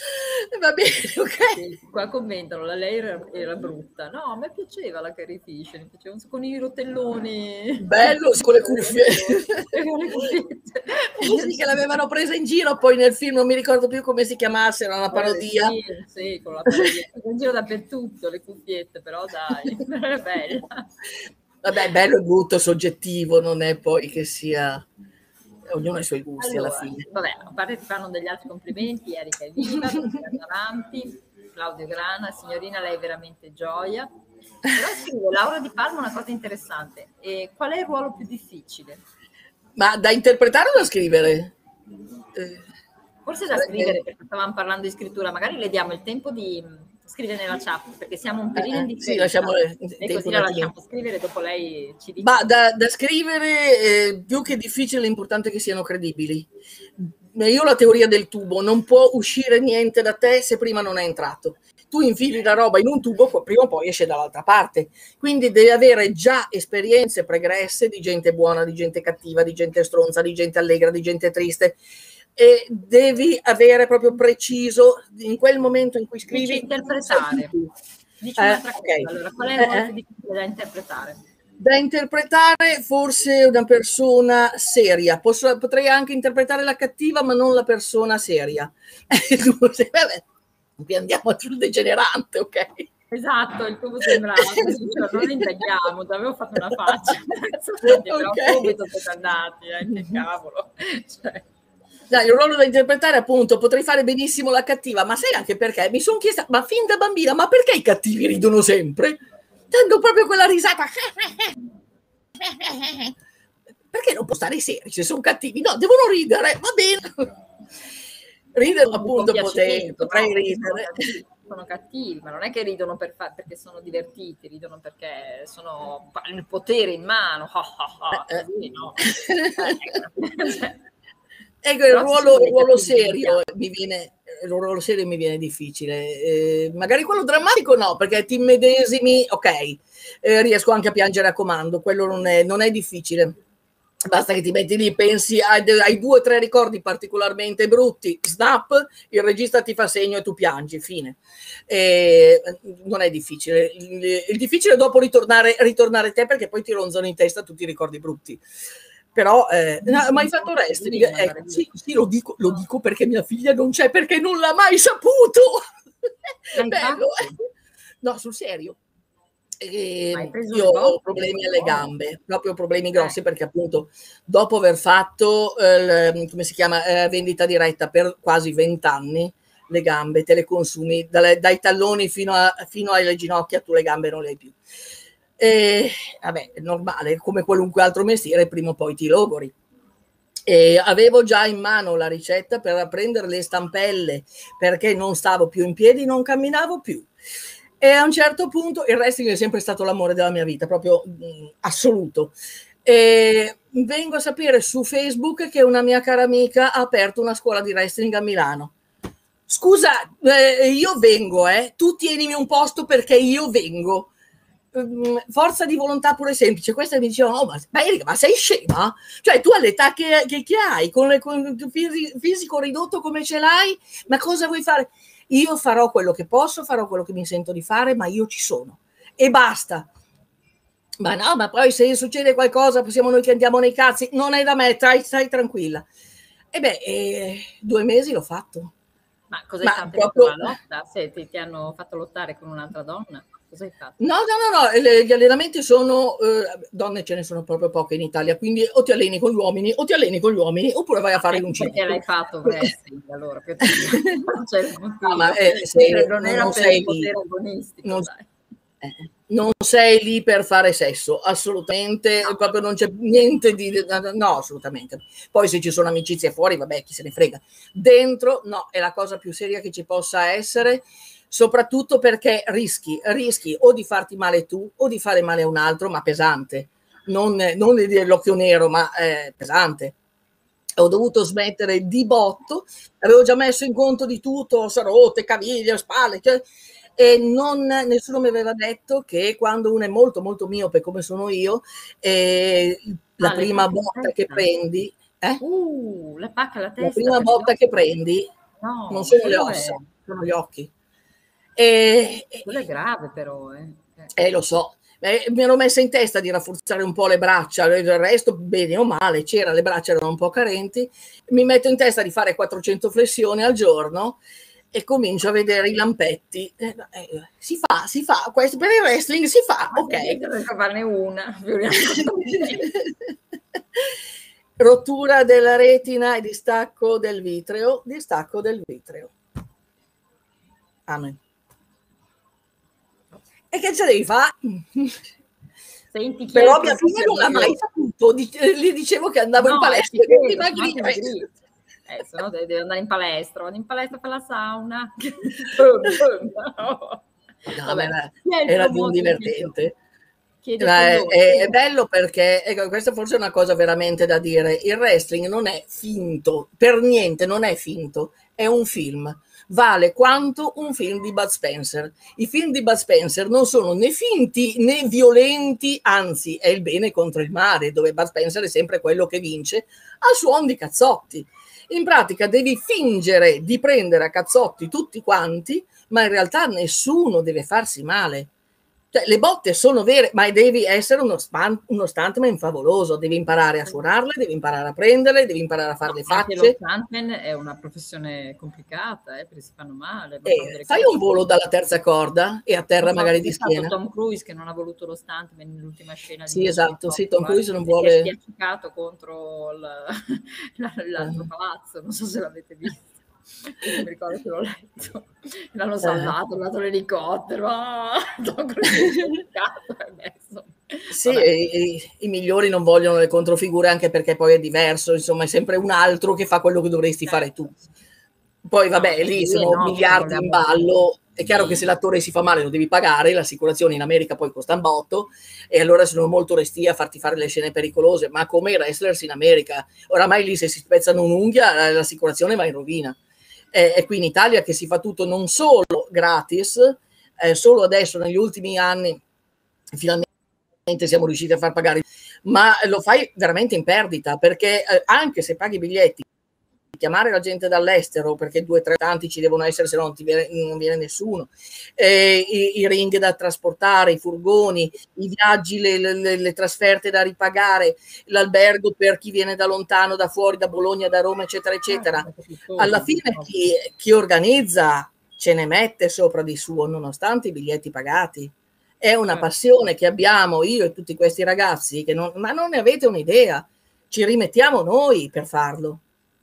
Va bene, ok. Sì, qua commentano, la lei era brutta. No, a me piaceva la Carrie Fisher, mi piaceva con i rotelloni. Bello, con le cuffie. E con le cuffiette. Sì, che l'avevano presa in giro, poi nel film non mi ricordo più come si chiamasse, era una parodia. Sì, con la parodia. In giro dappertutto, le cuffiette, però dai, era bella. Vabbè, bello e brutto, soggettivo, non è poi che sia... Ognuno ha i suoi gusti alla Allora, fine. vabbè, a parte ti fanno degli altri complimenti, Erika è viva, continuando avanti, Claudio Grana, signorina, lei è veramente gioia. Però scrive Laura Di Palma una cosa interessante. Qual è il ruolo più difficile? Ma da interpretare o da scrivere? Forse da scrivere, perché stavamo parlando di scrittura, magari le diamo il tempo di scrivere nella chat, perché siamo un pelino in Sì, differenza. lasciamo il E tempo così un la attimino. lasciamo scrivere, dopo lei ci dice. Ma da scrivere, più che difficile, l'importante è che siano credibili. Io ho la teoria del tubo, non può uscire niente da te se prima non è entrato. Tu infili la roba in un tubo, prima o poi esce dall'altra parte. Quindi devi avere già esperienze pregresse di gente buona, di gente cattiva, di gente stronza, di gente allegra, di gente triste. E devi avere proprio preciso in quel momento in cui scrivi. Dici interpretare. Dici un'altra cosa. Allora, qual è il ruolo più difficile da interpretare? Da interpretare forse una persona seria. Potrei anche interpretare la cattiva, ma non la persona seria. Vabbè, qui andiamo sul degenerante, ok? Esatto, il tubo sembrava, non lo indaghiamo, avevo fatto una faccia, però subito siete andati, che cavolo. Cioè. Dai, il ruolo da interpretare, appunto, potrei fare benissimo la cattiva, ma sai anche perché? Mi sono chiesta, ma fin da bambina, ma perché i cattivi ridono sempre? Tengo proprio quella risata. Perché non può stare seri se sono cattivi? No, devono ridere, va bene. Ridere appunto potrei ridere. Sono cattivi, ma non è che ridono perché sono divertiti, ridono perché sono il potere in mano. Così, no. Ecco, il ruolo serio mi viene difficile. Magari quello drammatico no, perché ti immedesimi, ok, riesco anche a piangere a comando, quello non è difficile. Basta che ti metti lì, pensi ai 2 o 3 ricordi particolarmente brutti, snap, il regista ti fa segno e tu piangi, fine. Non è difficile. Il difficile è dopo ritornare te, perché poi ti ronzano in testa tutti i ricordi brutti. Però no, ma hai fatto wrestling? Sì, lo dico perché mia figlia non c'è, perché non l'ha mai saputo. Bello. No, sul serio. Io ho problemi alle gambe, proprio problemi grossi, perché appunto dopo aver fatto come si chiama, vendita diretta per quasi 20 anni, le gambe te le consumi dai talloni fino alle ginocchia, tu le gambe non le hai più. Vabbè, è normale, come qualunque altro mestiere, prima o poi ti logori. Avevo già in mano la ricetta per prendere le stampelle, perché non stavo più in piedi, non camminavo più. E a un certo punto il wrestling è sempre stato l'amore della mia vita, proprio assoluto. E vengo a sapere su Facebook che una mia cara amica ha aperto una scuola di wrestling a Milano. Scusa, io vengo, tu tienimi un posto perché io vengo. Forza di volontà pure semplice. Questa mi diceva, oh, ma sei scema? Cioè tu all'età che hai, con il fisico ridotto come ce l'hai, ma cosa vuoi fare? Io farò quello che posso, farò quello che mi sento di fare, ma io ci sono e basta. Ma no, ma poi se succede qualcosa siamo noi che andiamo nei cazzi, non è da me, stai tranquilla. E 2 mesi l'ho fatto. Ma cosa hai fatto proprio... la lotta? Se ti hanno fatto lottare con un'altra donna? Cosa hai fatto? No, gli allenamenti sono, donne ce ne sono proprio poche in Italia, quindi o ti alleni con gli uomini, oppure vai a fare l'uncinetto. Perché l'hai fatto wrestling, allora? Non era per il potere agonistico, non sei lì per fare sesso, assolutamente, proprio non c'è niente no, assolutamente. Poi se ci sono amicizie fuori, vabbè, chi se ne frega. Dentro, no, è la cosa più seria che ci possa essere, soprattutto perché rischi o di farti male tu o di fare male a un altro, ma pesante, non di dire l'occhio nero, ma pesante. Ho dovuto smettere di botto, avevo già messo in conto di tutto, rotte, caviglie, spalle, e nessuno mi aveva detto che quando uno è molto molto miope come sono io, la prima botta che prendi, la pacca alla testa, la prima botta che prendi non No, sono le quello ossa, è, sono gli occhi. E, quello è grave però, lo so, mi ero messa in testa di rafforzare un po' le braccia, il resto bene o male, c'era, le braccia erano un po' carenti, mi metto in testa di fare 400 flessioni al giorno e comincio a vedere i lampetti. Si fa, questo per il wrestling si fa, ok. Riesco a farne una, Rottura della retina e distacco del vitreo, distacco del vitreo. Amen. E che ce devi fare? Senti, chi Però è mia il figlia non l'ha mai saputo, gli dicevo che andavo in No, palestra ti per credo, sennò ti dimagrire. ingridi. Se no devi andare in palestra, vado in palestra per la sauna. Boom, boom. No. No, ma Vabbè, chi è il era di un promoter migliore? divertente. Chiede Folloni. È bello perché, ecco, questa forse è una cosa veramente da dire, il wrestling non è finto, per niente non è finto, è un film. Vale quanto un film di Bud Spencer. I film di Bud Spencer non sono né finti né violenti, anzi è il bene contro il male, dove Bud Spencer è sempre quello che vince a suon di cazzotti. In pratica devi fingere di prendere a cazzotti tutti quanti, ma in realtà nessuno deve farsi male. Cioè, le botte sono vere, ma devi essere uno stuntman favoloso, devi imparare a suonarle, devi imparare a prenderle, devi imparare a fare le Anche lo facce. stuntman è una professione complicata, perché si fanno male. Fai un volo dalla terza corda e a terra Non so, magari c'è di stato schiena. Tom Cruise che non ha voluto lo stuntman nell'ultima scena di Sì, Mission esatto, sì, Tom Impossible, Cruise non e si è vuole. spiaccicato contro l'altro palazzo, non so se l'avete visto. Io mi ricordo che l'ho letto, l'hanno salvato, l'ha dato l'elicottero, Tom Cruise è spiaccicato adesso. Sì, i migliori non vogliono le controfigure anche perché poi è diverso, insomma è sempre un altro che fa quello che dovresti fare tu. Poi vabbè, lì sono miliardi in ballo, è chiaro che se l'attore si fa male lo devi pagare, l'assicurazione in America poi costa un botto e allora sono molto resti a farti fare le scene pericolose, ma come i wrestlers in America, oramai lì se si spezzano un'unghia l'assicurazione va in rovina. È qui in Italia che si fa tutto non solo gratis, solo adesso negli ultimi anni finalmente siamo riusciti a far pagare, ma lo fai veramente in perdita perché anche se paghi i biglietti, chiamare la gente dall'estero perché 2 o 3 tanti ci devono essere, se no non viene nessuno, i ring da trasportare, i furgoni, i viaggi, le trasferte da ripagare, l'albergo per chi viene da lontano, da fuori, da Bologna, da Roma, eccetera eccetera. Alla fine chi organizza ce ne mette sopra di suo nonostante i biglietti pagati. È una passione che abbiamo io e tutti questi ragazzi che ma non ne avete un'idea, ci rimettiamo noi per farlo.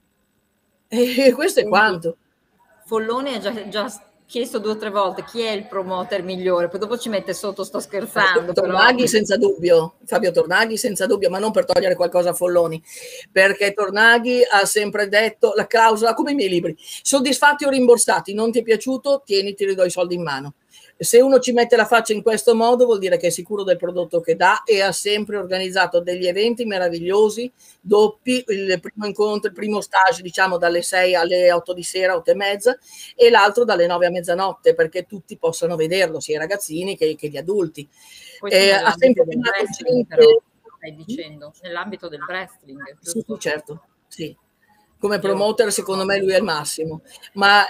E questo è quanto. Folloni ha già chiesto 2 o 3 volte chi è il promoter migliore, poi dopo ci mette sotto sto scherzando. Tornaghi però. senza dubbio, Fabio Tornaghi senza dubbio, ma non per togliere qualcosa a Folloni, perché Tornaghi ha sempre detto la clausola, come i miei libri, soddisfatti o rimborsati, non ti è piaciuto, tieni, ti ridò i soldi in mano. Se uno ci mette la faccia in questo modo vuol dire che è sicuro del prodotto che dà e ha sempre organizzato degli eventi meravigliosi, doppi, il primo incontro, il primo stage diciamo dalle 6 alle 8 di sera, 8 e mezza, e l'altro dalle 9 a mezzanotte perché tutti possano vederlo, sia i ragazzini che gli adulti. Ha sempre del wrestling, però, stai dicendo, nell'ambito del wrestling, giusto? Sì, certo, sì. Come promoter secondo me lui è il massimo, ma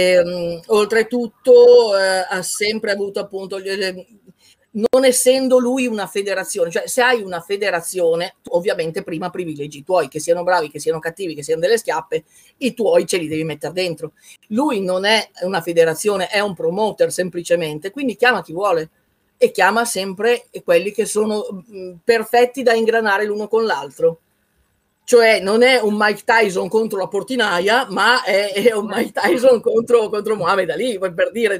oltretutto ha sempre avuto appunto, non essendo lui una federazione, cioè se hai una federazione ovviamente prima privilegi i tuoi, che siano bravi, che siano cattivi, che siano delle schiappe, i tuoi ce li devi mettere dentro. Lui non è una federazione, è un promoter semplicemente, quindi chiama chi vuole e chiama sempre quelli che sono perfetti da ingranare l'uno con l'altro. Cioè non è un Mike Tyson contro la portinaia, ma è un Mike Tyson contro Muhammad Ali, per dire.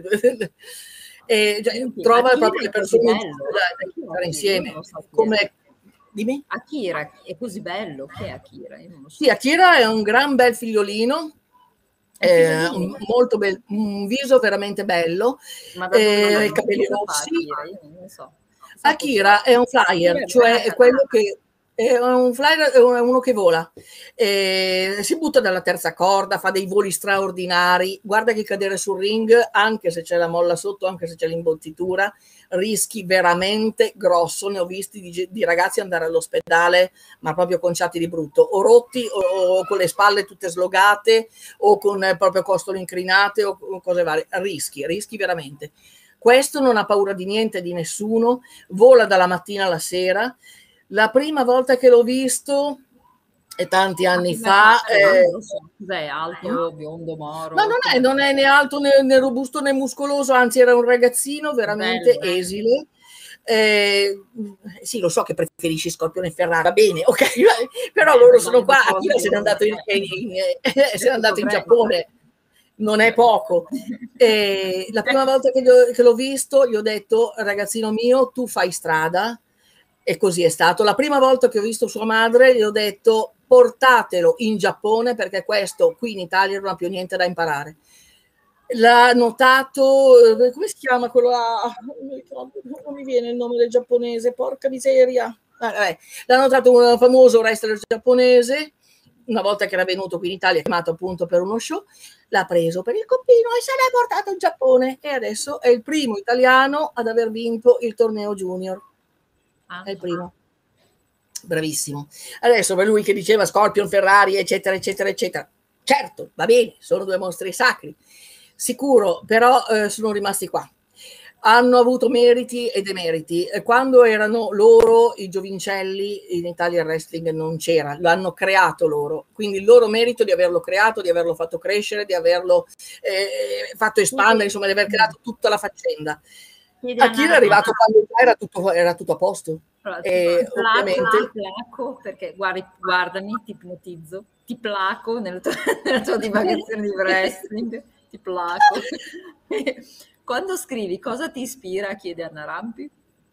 Cioè, trova proprio le persone da stare insieme. Come, dimmi? Akira è così bello, che è Akira? Io non lo so. Sì, Akira è un gran bel figliolino, molto bello, un viso veramente bello, i capelli rossi. Akira? Io non lo so. Akira è un flyer, cioè è quello che è un flyer, è uno che vola, si butta dalla terza corda, fa dei voli straordinari, guarda che cadere sul ring, anche se c'è la molla sotto, anche se c'è l'imbottitura, rischi veramente grosso. Ne ho visti di ragazzi andare all'ospedale, ma proprio conciati di brutto, o rotti o con le spalle tutte slogate o con proprio costole incrinate o cose varie. Rischi veramente. Questo non ha paura di niente, di nessuno, vola dalla mattina alla sera. La prima volta che l'ho visto, e tanti anni fa, cos'è, alto, biondo, moro? Ma non è né alto né robusto né muscoloso, anzi era un ragazzino veramente bello, esile. Sì, lo so che preferisci Scorpione e Ferrara, va bene, ok, però loro sono qua, Akira se n'è andato in Giappone, non è poco. La prima volta che l'ho visto gli ho detto: ragazzino mio, tu fai strada, e così è stato. La prima volta che ho visto sua madre gli ho detto: portatelo in Giappone, perché questo qui in Italia non ha più niente da imparare. L'ha notato, come si chiama quello là? Non mi viene il nome del giapponese, porca miseria. L'ha notato un famoso wrestler giapponese, una volta che era venuto qui in Italia, chiamato appunto per uno show, l'ha preso per il coppino e se l'è portato in Giappone, e adesso è il primo italiano ad aver vinto il torneo junior. È il primo. Bravissimo. Adesso per lui che diceva Scorpion, Ferrari, eccetera, eccetera, eccetera. Certo, va bene, sono due mostri sacri. Sicuro, però sono rimasti qua. Hanno avuto meriti e demeriti. Quando erano loro i giovincelli, in Italia il wrestling non c'era, l'hanno creato loro. Quindi il loro merito di averlo creato, di averlo fatto crescere, di averlo fatto espandere, insomma, di aver creato tutta la faccenda. Akira è arrivato quando era tutto a posto. Ovviamente placo, perché guardami, ti ipnotizzo, ti placo nella tua divagazione di wrestling, ti placo. Quando scrivi, cosa ti ispira? Chiede Anna Rampi.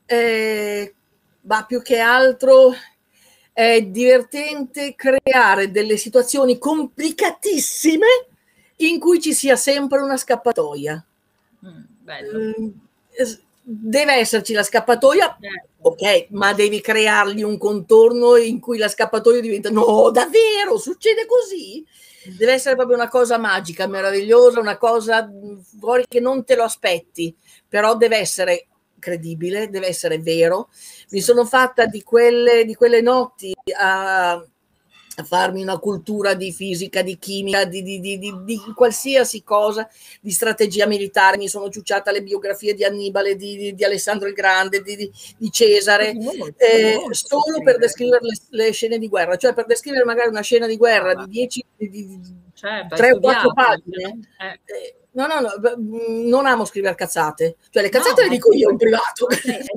Ma più che altro è divertente creare delle situazioni complicatissime in cui ci sia sempre una scappatoia. Bello. Deve esserci la scappatoia, ok, ma devi creargli un contorno in cui la scappatoia diventa no, davvero, succede così? Deve essere proprio una cosa magica, meravigliosa, una cosa fuori che non te lo aspetti, però deve essere credibile, deve essere vero. Mi sono fatta di quelle notti a farmi una cultura di fisica, di chimica, di qualsiasi cosa, di strategia militare. Mi sono ciucciata le biografie di Annibale, di Alessandro il Grande, di Cesare, solo per descrivere le scene di guerra, cioè per descrivere magari una scena di guerra di 10, certo, 3 o 4 pagine. No, non amo scrivere cazzate, cioè le cazzate le dico io in privato.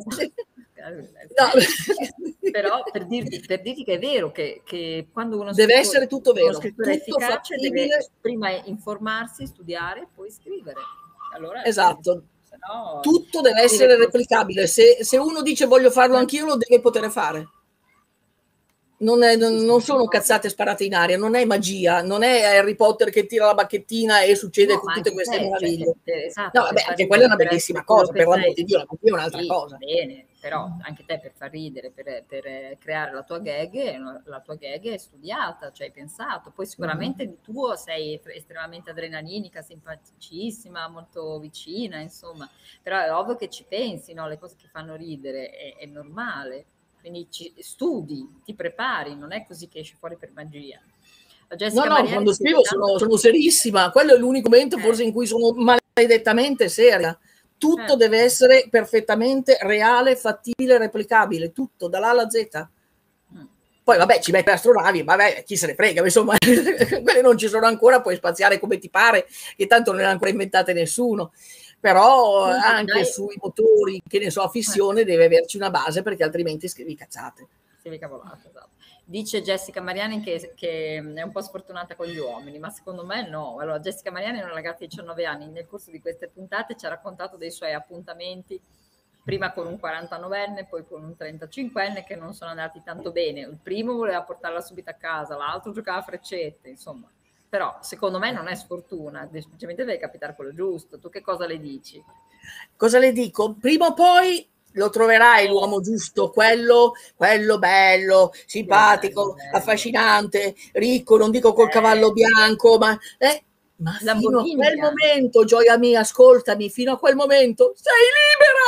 No. Però per dirti che è vero che quando uno deve essere tutto vero, tutto efficace, deve prima informarsi, studiare e poi scrivere. Allora, esatto, no, tutto deve essere replicabile. Se uno dice voglio farlo anch'io, lo deve poter fare. Non sono cazzate sparate in aria, non è magia, non è Harry Potter che tira la bacchettina e succede tutte queste meraviglie. Esatto, no, vabbè, anche quella è una bellissima cosa, per l'amor di Dio, la magia è un'altra cosa. Bene, però anche te per far ridere, per creare la tua gag è studiata, cioè hai pensato. Poi sicuramente di tuo sei estremamente adrenalinica, simpaticissima, molto vicina, insomma. Però è ovvio che ci pensi, no? Le cose che fanno ridere, è normale. Quindi studi, ti prepari, non è così che esci fuori per magia. Quando scrivo sono serissima, quello è l'unico momento forse in cui sono maledettamente seria. Tutto deve essere perfettamente reale, fattibile, replicabile, tutto, dall'A alla Z. Poi vabbè, ci mette astronavi, vabbè, chi se ne frega, insomma, quelle non ci sono ancora, puoi spaziare come ti pare, che tanto non ne ha ancora inventate nessuno. Però anche sui motori, che ne so, a fissione deve averci una base, perché altrimenti scrivi cazzate. Scrivi cavolate, esatto. Dice Jessica Mariani che è un po' sfortunata con gli uomini, ma secondo me no. Allora, Jessica Mariani è una ragazza di 19 anni, nel corso di queste puntate ci ha raccontato dei suoi appuntamenti, prima con un 49enne, poi con un 35enne, che non sono andati tanto bene. Il primo voleva portarla subito a casa, l'altro giocava a freccette, insomma. Però secondo me non è sfortuna, semplicemente deve capitare quello giusto. Tu che cosa le dici? Cosa le dico? Prima o poi lo troverai l'uomo giusto, quello bello, simpatico, affascinante, ricco, non dico col cavallo bianco, ma fino a quel momento, gioia mia, ascoltami, fino a quel momento sei libera!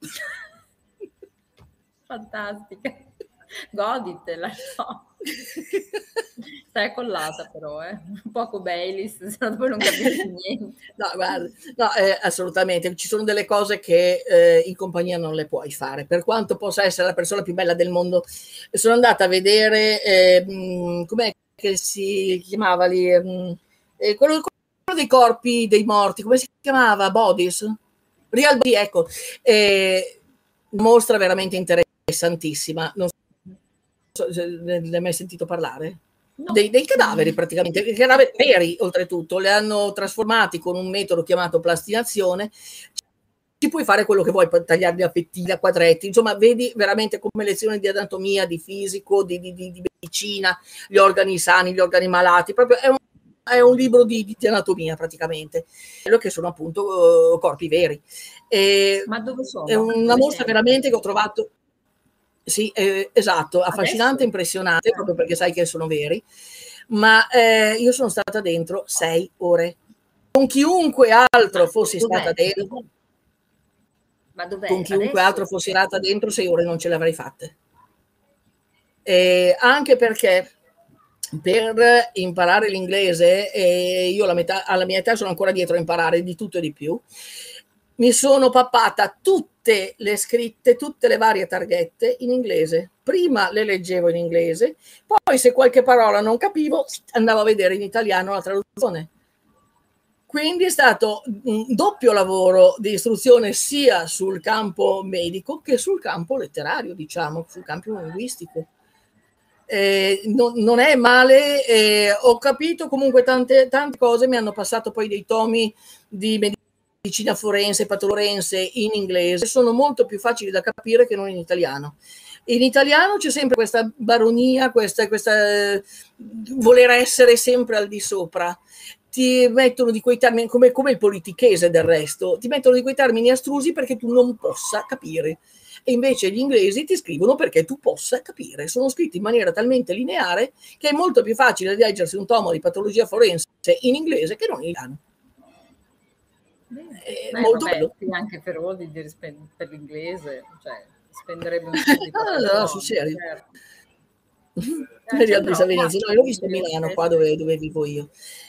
Fantastica. Goditela, no. Stai collata però, un poco Baileys, se no poi non capisci niente. No, guarda, no, assolutamente. Ci sono delle cose che in compagnia non le puoi fare, per quanto possa essere la persona più bella del mondo. Sono andata a vedere, com'è che si chiamava lì, quello dei corpi dei morti, come si chiamava? Bodies? Real Body, ecco. Mostra veramente interessantissima. Non so se ne hai mai sentito parlare? No. Dei cadaveri praticamente, cadaveri veri oltretutto, li hanno trasformati con un metodo chiamato plastinazione. Ci puoi fare quello che vuoi, tagliarli a fettine, a quadretti, insomma vedi veramente come lezioni di anatomia, di fisico, di medicina, gli organi sani, gli organi malati, proprio è un libro di anatomia praticamente, quello che sono appunto corpi veri. Ma dove sono? È una mostra veramente che ho trovato. Sì, esatto, affascinante, adesso? Impressionante, proprio perché sai che sono veri, ma io sono stata dentro 6 ore. Con chiunque altro fossi stata dentro, ma dov'è? Con chiunque altro fossi stata dentro 6 ore non ce le avrei fatte. Anche perché per imparare l'inglese, io alla mia età sono ancora dietro a imparare di tutto e di più, mi sono pappata tutte le scritte, tutte le varie targhette in inglese. Prima le leggevo in inglese, poi se qualche parola non capivo andavo a vedere in italiano la traduzione. Quindi è stato un doppio lavoro di istruzione sia sul campo medico che sul campo letterario, diciamo, sul campo linguistico. Non è male, ho capito comunque tante cose, mi hanno passato poi dei tomi di medicina forense, patolorense in inglese, sono molto più facili da capire che non in italiano. In italiano c'è sempre questa baronia, questa voler essere sempre al di sopra. Ti mettono di quei termini, come il politichese del resto, ti mettono di quei termini astrusi perché tu non possa capire. E invece gli inglesi ti scrivono perché tu possa capire. Sono scritti in maniera talmente lineare che è molto più facile leggersi un tomo di patologia forense in inglese che non in italiano. Molto bello. Anche Feroldi per l'inglese, cioè spenderebbe un po' di tempo. No, sul serio. No, l'ho visto a Milano, qua dove vivo io.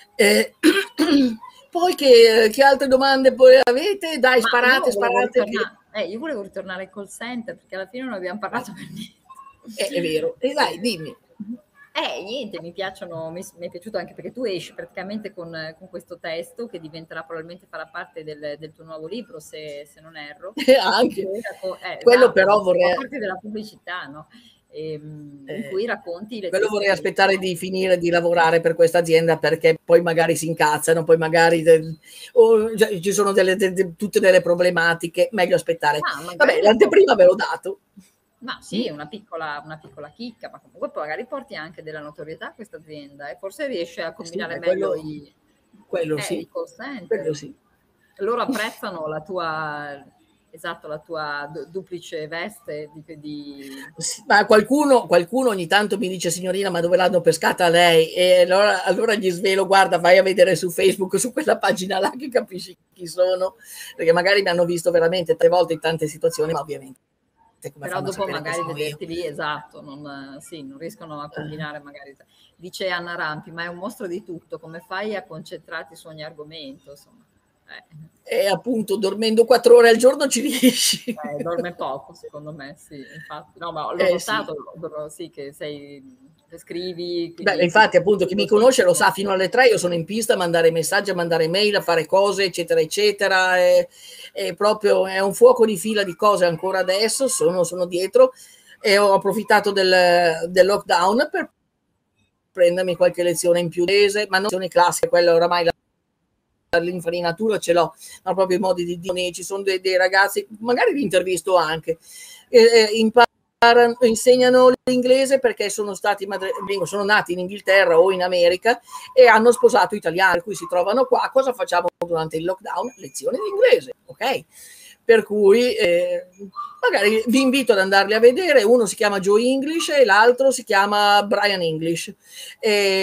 Poi che altre domande poi avete? Dai, sparate. Io volevo ritornare al call center perché alla fine non abbiamo parlato per niente. È vero. Dai, dimmi. Niente, mi è piaciuto anche perché tu esci praticamente con questo testo che diventerà probabilmente farà parte del tuo nuovo libro, se non erro. Anche. Quello esatto, però vorrei... Fa parte della pubblicità, no? In cui racconti le quello vorrei aspettare di finire di lavorare per questa azienda perché poi magari si incazzano, poi magari ci sono tutte delle problematiche, meglio aspettare. Vabbè, l'anteprima ve l'ho dato. Ma sì, una piccola chicca, ma comunque poi magari porti anche della notorietà a questa azienda e forse riesce a combinare meglio i call center. Quello sì. Loro apprezzano la tua duplice veste Ma qualcuno ogni tanto mi dice: signorina, ma dove l'hanno pescata lei? E allora gli svelo: guarda, vai a vedere su Facebook, su quella pagina là, che capisci chi sono, perché magari mi hanno visto veramente 3 volte in tante situazioni, ma ovviamente però dopo magari vederti lì, esatto, non riescono a combinare magari. Dice Anna Rampi, ma è un mostro di tutto, come fai a concentrarti su ogni argomento, insomma. E appunto dormendo 4 ore al giorno ci riesci. Dorme poco, secondo me, sì, infatti. No, ma l'ho notato, sì, che scrivi. Beh, infatti, appunto, chi mi conosce lo sa, fino alle 3 io sono in pista a mandare messaggi, a mandare mail, a fare cose, eccetera, eccetera. È proprio un fuoco di fila di cose ancora adesso, sono dietro, e ho approfittato del lockdown per prendermi qualche lezione in più, ma non lezioni classiche, quella oramai l'infarinatura ce l'ho, ma proprio i modi di dire. Ci sono dei ragazzi, magari li intervisto anche, insegnano l'inglese perché sono nati in Inghilterra o in America e hanno sposato italiani, per cui si trovano qua. Cosa facciamo durante il lockdown? Lezioni di inglese, ok? Per cui magari vi invito ad andarli a vedere. Uno si chiama Joe English e l'altro si chiama Brian English.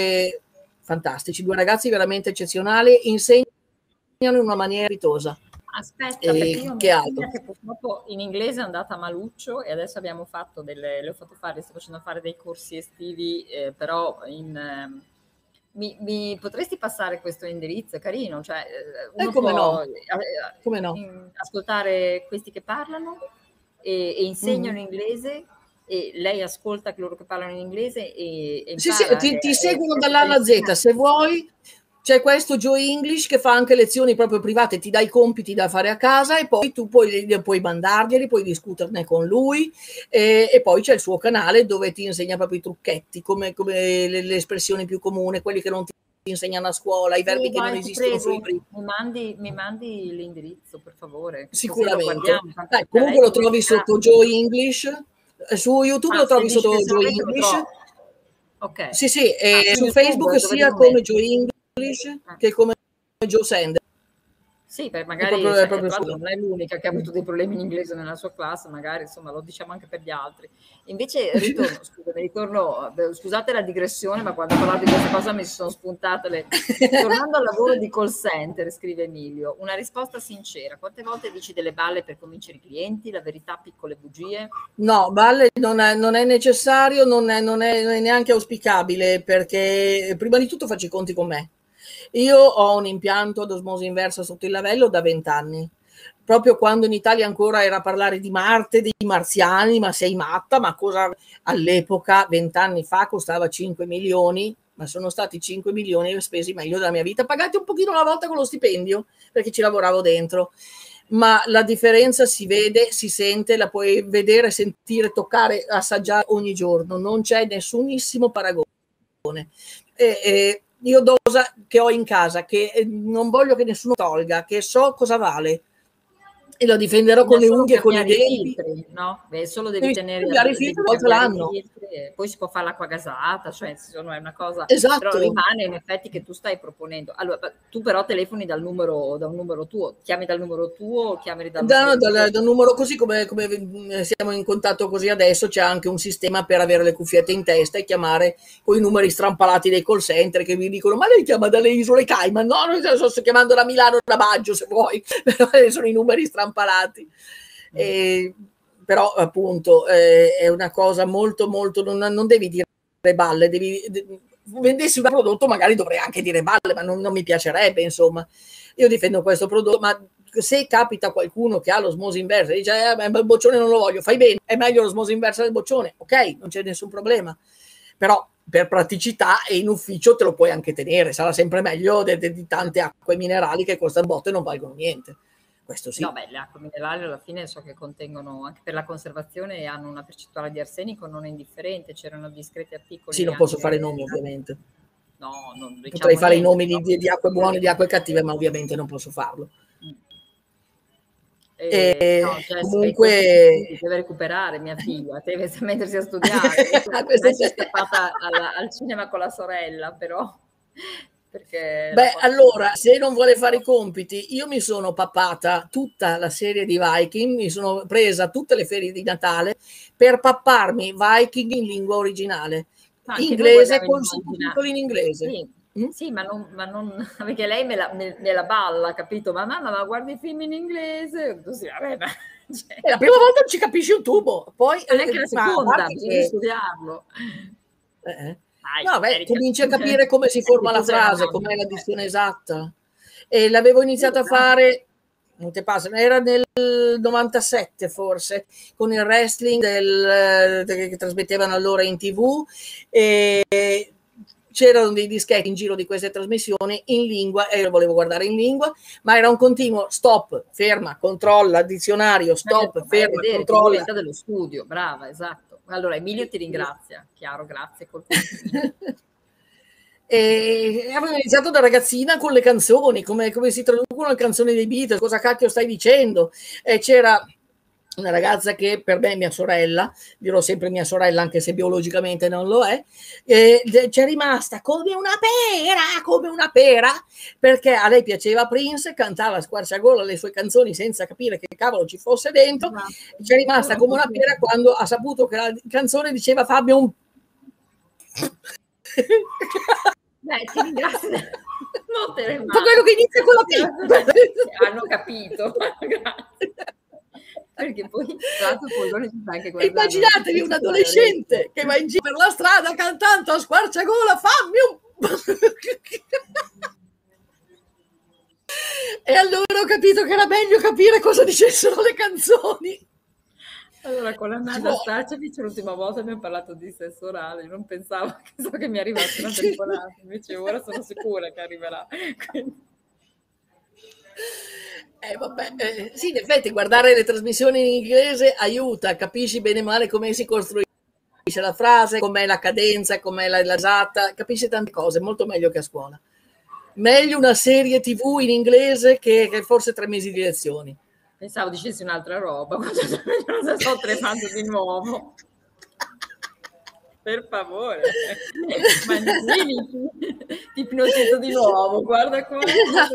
Fantastici, 2 ragazzi veramente eccezionali, insegnano in una maniera ritosa. Aspetta, perché io ho che mia altro? figlia che purtroppo in inglese è andata maluccio e adesso abbiamo fatto le ho fatto fare, sto facendo fare dei corsi estivi, però mi potresti passare questo indirizzo? È carino, cioè uno Come può no, come no. ascoltare questi che parlano e insegnano inglese e lei ascolta loro che parlano in inglese e Sì, sì, impara. ti seguono È dall'A super alla Z, se efficace. vuoi. C'è questo Joe English che fa anche lezioni proprio private, ti dà i compiti da fare a casa e poi tu puoi mandarglieli, puoi discuterne con lui e poi c'è il suo canale dove ti insegna proprio i trucchetti, come le espressioni più comuni, quelli che non ti insegnano a scuola, i verbi Sì, che non dai, ti esistono sui prego, libri. mi mandi l'indirizzo, per favore, così lo Sicuramente. guardiamo, tanto Dai, a lei comunque lo come trovi piacerà. sotto Joe English, su YouTube Ah, lo se trovi dici sotto che Joe solamente lo English. trovo. Ok. Sì, sì, Ah, su su YouTube, Facebook dove sia devo come Joe metterlo? English Ah. che come Joe Sand. Sì, È magari, proprio, è sai, proprio tra l'altro suo. non è l'unica che ha avuto dei problemi in inglese nella sua classe, magari, insomma, lo diciamo anche per gli altri. Invece, scusate la digressione, ma quando ho parlato di questa cosa mi sono spuntate le... Tornando al lavoro di call center, scrive Emilio, una risposta sincera. Quante volte dici delle balle per convincere i clienti, la verità, piccole bugie? No, Valle non è necessario, non è neanche auspicabile perché prima di tutto faccio i conti con me. Io ho un impianto ad osmosi inversa sotto il lavello da 20 anni. Proprio quando in Italia ancora era a parlare di Marte, dei marziani, ma sei matta? Ma cosa all'epoca, 20 anni fa, costava 5 milioni, ma sono stati 5 milioni spesi meglio della mia vita, pagati un pochino alla volta con lo stipendio, perché ci lavoravo dentro. Ma la differenza si vede, si sente, la puoi vedere, sentire, toccare, assaggiare ogni giorno, non c'è nessunissimo paragone. Io dosa che ho in casa, che non voglio che nessuno tolga, che so cosa vale e lo difenderò con Bisogna le solo unghie e con i cambiare i denti. filtri, no? Beh, solo devi Devi tenere, cambiare i devi filtri una volta cambiare i l'anno. filtri e poi si può fare l'acqua gasata, cioè insomma è una cosa, però Esatto. rimane in effetti che tu stai proponendo. Allora, tu però telefoni da un numero tuo, chiami dal numero tuo o chiami dallo Dal schermo? dal numero così come siamo in contatto così adesso, c'è anche un sistema per avere le cuffiette in testa e chiamare con i numeri strampalati dei call center che vi dicono: ma lei chiama dalle isole Cayman? No, no, sto chiamando da Milano, da Baggio se vuoi, però sono i numeri strampalati. E, però appunto è una cosa molto molto, non devi dire balle, vendessi un prodotto magari dovrei anche dire balle, ma non mi piacerebbe, insomma. Io difendo questo prodotto, ma se capita qualcuno che ha l'osmosi inversa e dice il boccione non lo voglio, fai bene, è meglio l'osmosi inversa del boccione, ok, non c'è nessun problema, però per praticità e in ufficio te lo puoi anche tenere, sarà sempre meglio di tante acque minerali che costano botto e non valgono niente, questo sì. No, beh, le acque minerali alla fine so che contengono, anche per la conservazione, hanno una percentuale di arsenico non indifferente, c'erano discreti Sì, articoli non posso anche... fare nomi ovviamente. No, non Potrei diciamo fare i niente, nomi però... di acque buone e di acque cattive, ma ovviamente non posso farlo. No, Jessica, i Comunque colpi studi, deve recuperare mia figlia, deve mettersi a studiare. Adesso è scappata al cinema con la sorella, però, perché la Beh, porta allora, se non vuole fare i compiti, io mi sono pappata tutta la serie di Viking, mi sono presa tutte le ferie di Natale per papparmi Viking in lingua originale, anche noi inglese guardiamo in con immagina. sottotitoli in inglese. Sì, sì, ma non perché lei me la balla, capito? Ma mamma, ma guardi i film in inglese? Così, vabbè, ma, cioè, E la prima volta non ci capisci un tubo, poi ma neanche la ma a seconda, parte bisogna che studiarlo. Dai, no, beh, Erika, cominci a capire come si anche forma tu la sei una frase, donna. com'è la dizione esatta. E l'avevo iniziata a Esatto. fare, non te passa, era nel 97 forse, con il wrestling che trasmettevano allora in TV e c'erano dei dischetti in giro di queste trasmissioni in lingua e io volevo guardare in lingua, ma era un continuo stop, ferma, controlla, dizionario, stop, Vai a ferma, vedere, ti controlla. diventa dello studio, brava, esatto. Allora, Emilio ti ringrazia, chiaro, grazie col cuoricino. E avevo iniziato da ragazzina con le canzoni, come si traducono le canzoni dei Beatles, cosa cacchio stai dicendo? E c'era una ragazza che per me è mia sorella, dirò sempre mia sorella anche se biologicamente non lo è, c'è rimasta come una pera, perché a lei piaceva Prince, cantava a squarciagola le sue canzoni senza capire che cavolo ci fosse dentro, Esatto. c'è rimasta come una pera quando ha saputo che la canzone diceva Fabio un... Beh, ti ringrazio Non te ne Ma quello che inizia con la P. Hanno capito. Grazie. Perché poi, tra l'altro, poi loro ci sta anche guardando. Immaginatevi un adolescente che va in giro per la strada cantando a squarciagola, fammi un... E allora ho capito che era meglio capire cosa dicessero le canzoni. Allora, con la Nada Starcevic l'ultima volta abbiamo parlato di sesso orale, non pensavo, so che mi arrivasse una telefonata, invece ora sono sicura che arriverà. Quindi... vabbè, sì, in effetti guardare le trasmissioni in inglese aiuta, capisci bene o male come si costruisce la frase, com'è la cadenza, com'è l'esatta, capisci tante cose, molto meglio che a scuola. Meglio una serie TV in inglese che forse 3 mesi di lezioni. Pensavo dicessi un'altra roba, quando sto tremando di nuovo. Per favore, ti ipnotizzo di nuovo, guarda qua.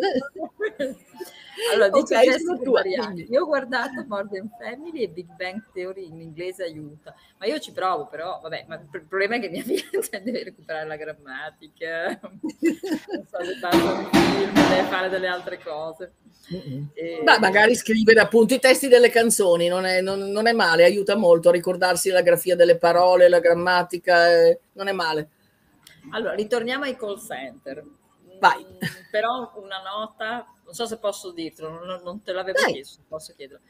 Allora, dice okay, io ho guardato Modern Family e Big Bang Theory in inglese aiuta, ma io ci provo, però vabbè, ma il problema è che mia figlia deve recuperare la grammatica, non so, le passano i film, deve fare delle altre cose. Beh, magari scrivere appunto i testi delle canzoni non è male, aiuta molto a ricordarsi la grafia delle parole, la grammatica, non è male. Allora, ritorniamo ai call center. Vai. Però una nota, non so se posso dirtelo, non te l'avevo chiesto, posso chiederlo.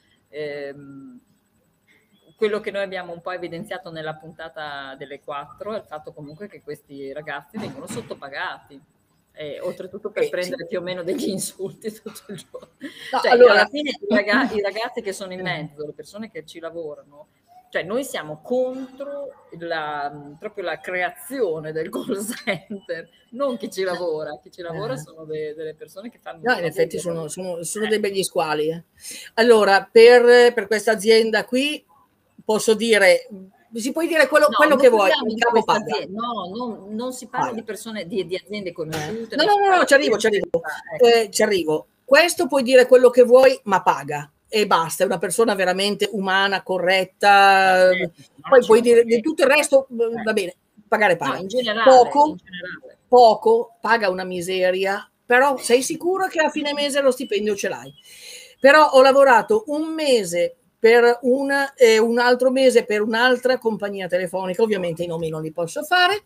Quello che noi abbiamo un po' evidenziato nella puntata delle 4 è il fatto comunque che questi ragazzi vengono sottopagati. Oltretutto per prendere più o meno degli insulti tutto il giorno. No, cioè, allora, alla fine i ragazzi che sono in mezzo, le persone che ci lavorano, cioè noi siamo contro proprio la creazione del call center, non chi ci lavora. Chi ci lavora sono delle persone che fanno... No, in effetti sono dei begli squali. Allora, per questa azienda qui posso dire... Si può dire quello che vuoi, il capo paga. No, non si parla di persone, di aziende conosciute. No, ci arrivo. Questo puoi dire quello che vuoi, ma paga. E basta, è una persona veramente umana, corretta. Poi puoi dire di tutto il resto, va bene, pagare paga. No, in generale, poco, paga una miseria, però sei sicuro che a fine mese lo stipendio ce l'hai. Però ho lavorato un mese per una e un altro mese per un'altra compagnia telefonica, ovviamente i nomi non li posso fare.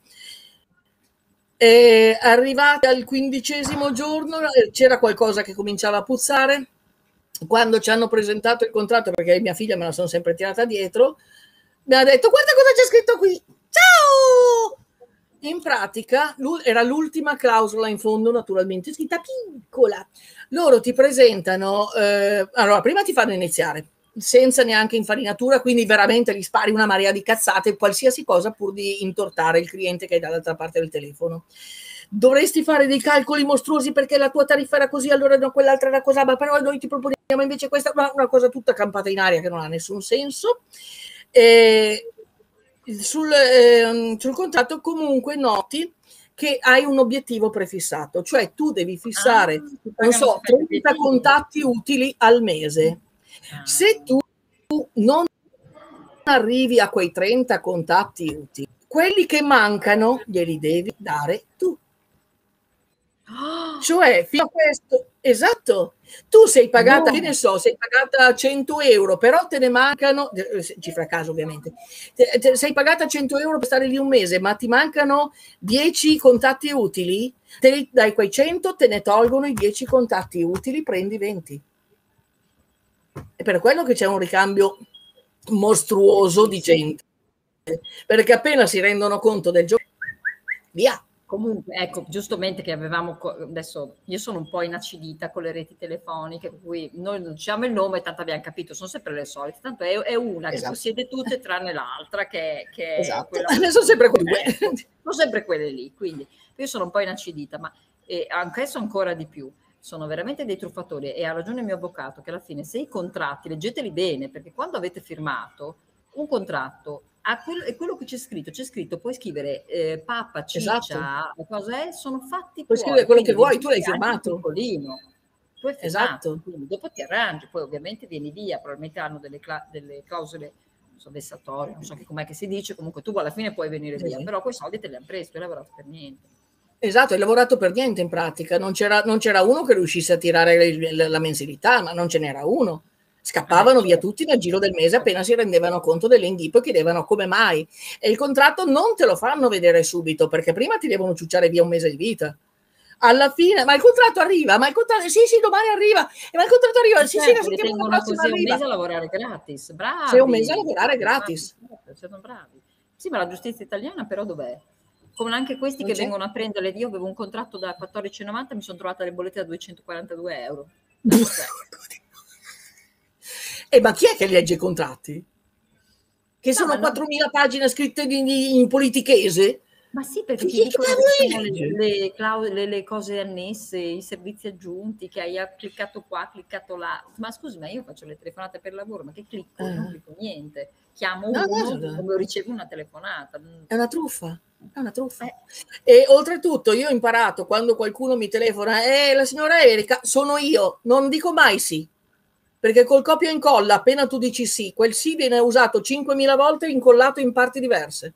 Arrivati al 15° giorno c'era qualcosa che cominciava a puzzare. Quando ci hanno presentato il contratto, perché mia figlia me la sono sempre tirata dietro, mi ha detto: guarda cosa c'è scritto qui, ciao! In pratica era l'ultima clausola in fondo, naturalmente scritta piccola. Loro ti presentano, allora prima ti fanno iniziare senza neanche infarinatura, quindi veramente gli spari una marea di cazzate, qualsiasi cosa pur di intortare il cliente che è dall'altra parte del telefono. Dovresti fare dei calcoli mostruosi perché la tua tariffa era così, allora no, quell'altra era così, ma però noi ti proponiamo invece questa, una cosa tutta campata in aria che non ha nessun senso. Sul contratto comunque noti che hai un obiettivo prefissato, cioè tu devi fissare, non so, 30 contatti utili al mese. Se tu non arrivi a quei 30 contatti utili, quelli che mancano glieli devi dare tu. Cioè, fino a questo, esatto, tu sei pagata, che ne so, sei pagata 100 euro, però te ne mancano, cifra a caso ovviamente, sei pagata 100 euro per stare lì un mese, ma ti mancano 10 contatti utili, dai quei 100 te ne tolgono i 10 contatti utili, prendi 20. È per quello che c'è un ricambio mostruoso di gente, perché appena si rendono conto del gioco, via. Comunque, ecco, giustamente che avevamo, adesso io sono un po' inacidita con le reti telefoniche, per cui noi non diciamo il nome, tanto abbiamo capito, sono sempre le solite, tanto è una che possiede tutte tranne l'altra, che esatto. Sono sempre quelle. Sono sempre quelle lì, quindi io sono un po' inacidita, ma adesso ancora di più. Sono veramente dei truffatori e ha ragione il mio avvocato che alla fine se i contratti, leggeteli bene, perché quando avete firmato un contratto è quello che c'è scritto, puoi scrivere pappa, ciccia, esatto. Cosa è, sono fatti puoi scrivere quello che vuoi, tu l'hai firmato. Tu hai firmato, esatto. Quindi dopo ti arrangi, poi ovviamente vieni via, probabilmente hanno delle clausole vessatorie, non so che com'è che si dice, comunque tu alla fine puoi venire via, però quei soldi te li hanno presi, tu hai lavorato per niente. Esatto, hai lavorato per niente in pratica, non c'era uno che riuscisse a tirare la mensilità, ma non ce n'era uno. Scappavano via certo. tutti nel giro del mese appena si rendevano conto dell'inghippo e chiedevano come mai. E il contratto non te lo fanno vedere subito, perché prima ti devono ciucciare via un mese di vita. Alla fine, ma il contratto arriva, ma il contratto, sì, sì, domani arriva, ma il contratto arriva, sì, sì, la Certo, li settimana tengono prossima così un arriva. mese a lavorare gratis. Sei un mese a Bravi, lavorare bravi, bravi, gratis. certo, sono bravi. Sì, ma la giustizia italiana però dov'è? Come anche questi Non che c'è. vengono a prendere, io avevo un contratto da 14,90, mi sono trovata le bollette da 242 euro. Cioè, Ma chi è che legge i contratti? Che no, ma sono non, 4.000 pagine scritte in politichese? ma sì, perché ti Chi dicono che ci sono cavolo legge? le cose annesse, i servizi aggiunti, che hai cliccato qua, cliccato là. Ma scusi, ma io faccio le telefonate per lavoro, ma che clicco? Io non clicco niente. Chiamo No, uno guarda, come ricevo una telefonata. è una truffa, è una truffa. Eh, E oltretutto io ho imparato quando qualcuno mi telefona, la signora Erika, sono io, non dico mai sì, perché col copia e incolla, appena tu dici sì, quel sì viene usato 5.000 volte incollato in parti diverse.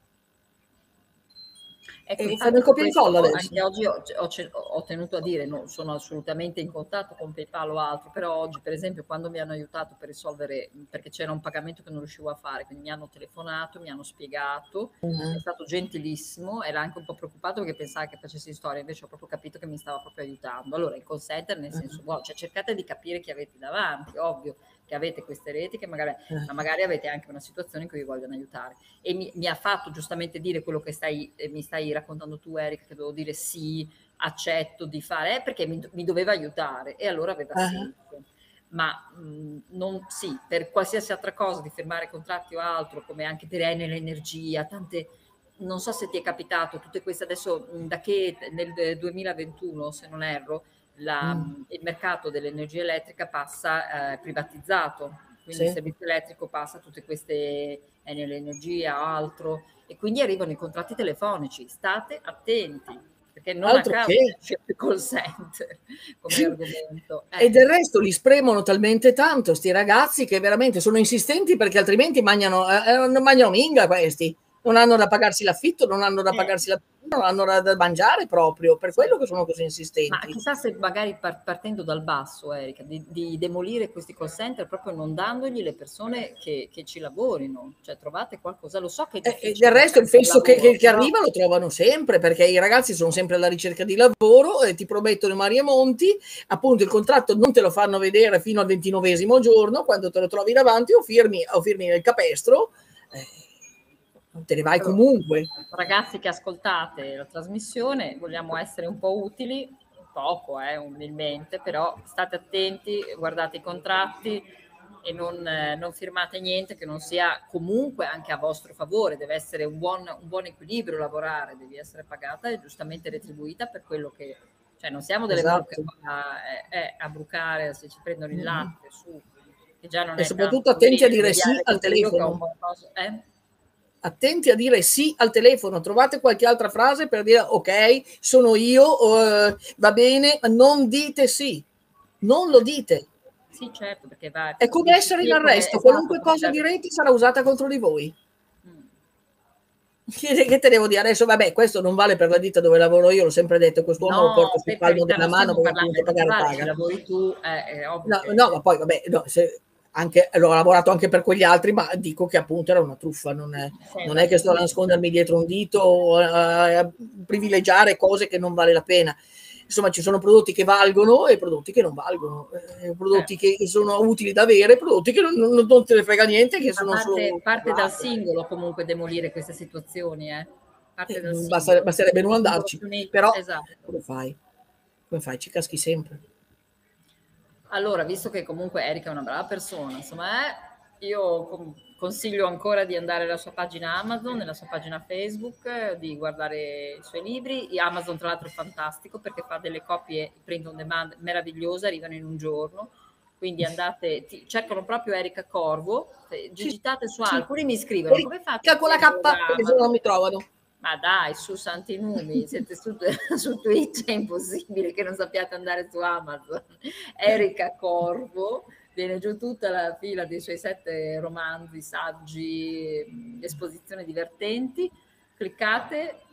Ecco, E fanno infatti il per copia e questo incolla adesso. anche oggi ho tenuto a dire, non sono assolutamente in contatto con PayPal o altro, però oggi per esempio quando mi hanno aiutato per risolvere, perché c'era un pagamento che non riuscivo a fare, quindi mi hanno telefonato, mi hanno spiegato, è Uh-huh. stato gentilissimo, era anche un po' preoccupato perché pensava che facessi storia, invece ho proprio capito che mi stava proprio aiutando. Allora il call center nel senso, Uh-huh. wow, cioè cercate di capire chi avete davanti, ovvio che avete queste reti, ma Uh-huh. magari avete anche una situazione in cui vi vogliono aiutare e mi ha fatto giustamente dire quello che mi stai raccontando tu, Eric, che dovevo dire sì, accetto di fare, perché mi doveva aiutare e allora aveva Uh-huh. senso. Ma non, sì, per qualsiasi altra cosa, di firmare contratti o altro, come anche per Enel Energia, tante, non so se ti è capitato, tutte queste adesso, da che nel 2021, se non erro, Mm. il mercato dell'energia elettrica passa privatizzato, quindi il Sì. servizio elettrico passa a tutte queste Enel Energia o altro, e quindi arrivano i contratti telefonici. State attenti, perché non a Altro caso che. c'è il call center come argomento. E del resto li spremono talmente tanto sti ragazzi che veramente sono insistenti perché altrimenti non mangiano minga questi. Non hanno da pagarsi l'affitto, non hanno da Eh, pagarsi la non hanno da mangiare proprio, per sì. quello che sono così Ma insistenti. chissà se magari partendo dal basso, Erika, di demolire questi call center proprio non dandogli le persone che ci lavorino, cioè trovate qualcosa, lo so che è E del difficile resto il cercare fesso lavoro, che però arriva lo trovano sempre perché i ragazzi sono sempre alla ricerca di lavoro e ti promettono mari e monti, appunto il contratto non te lo fanno vedere fino al 29esimo giorno, quando te lo trovi davanti o firmi nel capestro, te ne vai allora, comunque. ragazzi che ascoltate la trasmissione, vogliamo essere un po' utili, poco, umilmente, però state attenti, guardate i contratti e non firmate niente che non sia comunque anche a vostro favore, deve essere un buon equilibrio lavorare, devi essere pagata e giustamente retribuita per quello che, cioè non siamo delle mucche Esatto. qua, a brucare se ci prendono il latte, su, che già non E è soprattutto tanto, attenti a poverino, dire sì mediare al tutto io che ho un telefono. buon coso, Attenti a dire sì al telefono, trovate qualche altra frase per dire ok, sono io, va bene, ma non dite sì, non lo dite. Sì, certo, perché va, È come dici essere sì in è come, arresto, esatto, qualunque come cosa dare. direte sarà usata contro di voi. Mm. Che te devo dire adesso? Vabbè, questo non vale per la ditta dove lavoro io, l'ho sempre detto, quest'uomo lo porto No, sul per palmo carità, della non mano stiamo perché parlando, appunto è pagare naturale, ci paga. lavori tu, è ovvio No, che. no, ma poi vabbè, no, anche, ho lavorato anche per quegli altri, ma dico che appunto era una truffa, non è che Esatto, sto a sì, nascondermi dietro un dito o a privilegiare cose che non vale la pena. Insomma, ci sono prodotti che valgono e prodotti che non valgono, prodotti certo. che sono utili da avere, prodotti che non te ne frega niente, che Ma sono solo parte dal parlate. singolo comunque demolire queste situazioni, eh. Parte dal Basterebbe non singolo andarci, professionista, però esatto. come fai? Come fai? Ci caschi sempre. Allora, visto che comunque Erika è una brava persona, insomma, io consiglio ancora di andare alla sua pagina Amazon, nella sua pagina Facebook, di guardare i suoi libri. E Amazon, tra l'altro, è fantastico perché fa delle copie print on demand meravigliose, arrivano in un giorno. Quindi andate, cercano proprio Erika Corvo, Sì, digitate su sì. alcuni mi scrivono come faccio a Erika con la prenderlo K, da perché se no non Amazon? mi trovano. Ma dai, su santi numi, siete su Twitch, è impossibile che non sappiate andare su Amazon. Erika Corvo, viene giù tutta la fila dei suoi 7 romanzi, saggi, esposizioni divertenti. Cliccate,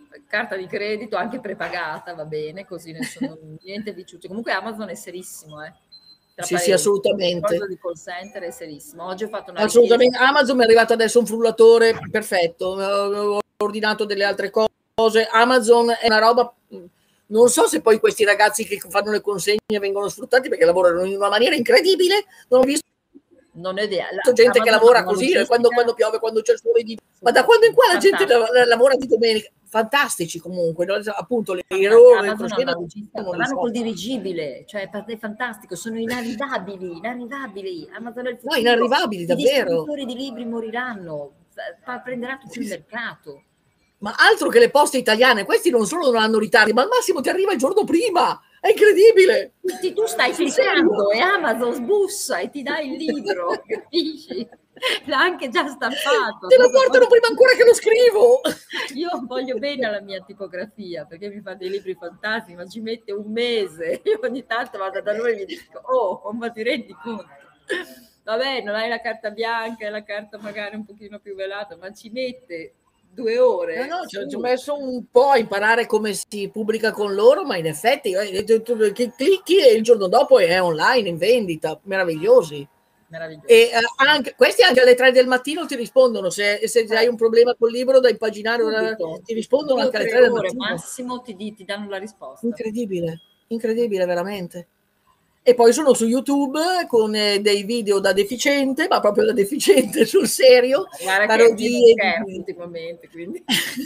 carta di credito anche prepagata, va bene, così nessuno, niente di ciuccio. Comunque Amazon è serissimo, tra Sì, sì, parentesi, assolutamente. cosa di call center è serissimo. Oggi ho fatto una richiesta. Assolutamente. Amazon mi è arrivato adesso un frullatore perfetto, ho ordinato delle altre cose. Amazon è una roba, non so se poi questi ragazzi che fanno le consegne vengono sfruttati perché lavorano in una maniera incredibile, non ho visto Non ho idea. gente che Amazon ha lavora una così, logistica, quando piove, quando c'è il sole, ma da quando in qua la gente lavora di domenica, fantastici comunque, no? Appunto i loro Amazon ha una logistica, non vanno so. col dirigibile, cioè è fantastico, sono inarrivabili, inarrivabili. Amazon è il futuro. No, inarrivabili, I davvero. distributori di libri moriranno, prenderà tutto il mercato. Ma altro che le poste italiane, questi non solo non hanno ritardi, ma al massimo ti arriva il giorno prima. È incredibile. Tu stai cliccando e Amazon sbussa e ti dà il libro, capisci? L'ha anche già stampato. Te lo portano prima ancora che lo scrivo. Io voglio bene alla mia tipografia perché mi fa dei libri fantastici, ma ci mette un mese. Io ogni tanto vado da lui e gli dico: oh, ma ti rendi conto? Vabbè, non hai la carta bianca e la carta magari un pochino più velata, ma ci mette 2 ore. No, ci ho messo un po' a imparare come si pubblica con loro, ma in effetti clicchi e il giorno dopo è online in vendita, meravigliosi. E questi anche alle 3 del mattino ti rispondono se hai un problema col libro da impaginare, ti rispondono anche alle 3 del mattino. Massimo ti danno la risposta. Incredibile, incredibile veramente. E poi sono su YouTube con dei video da deficiente, ma proprio da deficiente sul serio, parodie ultimamente, quindi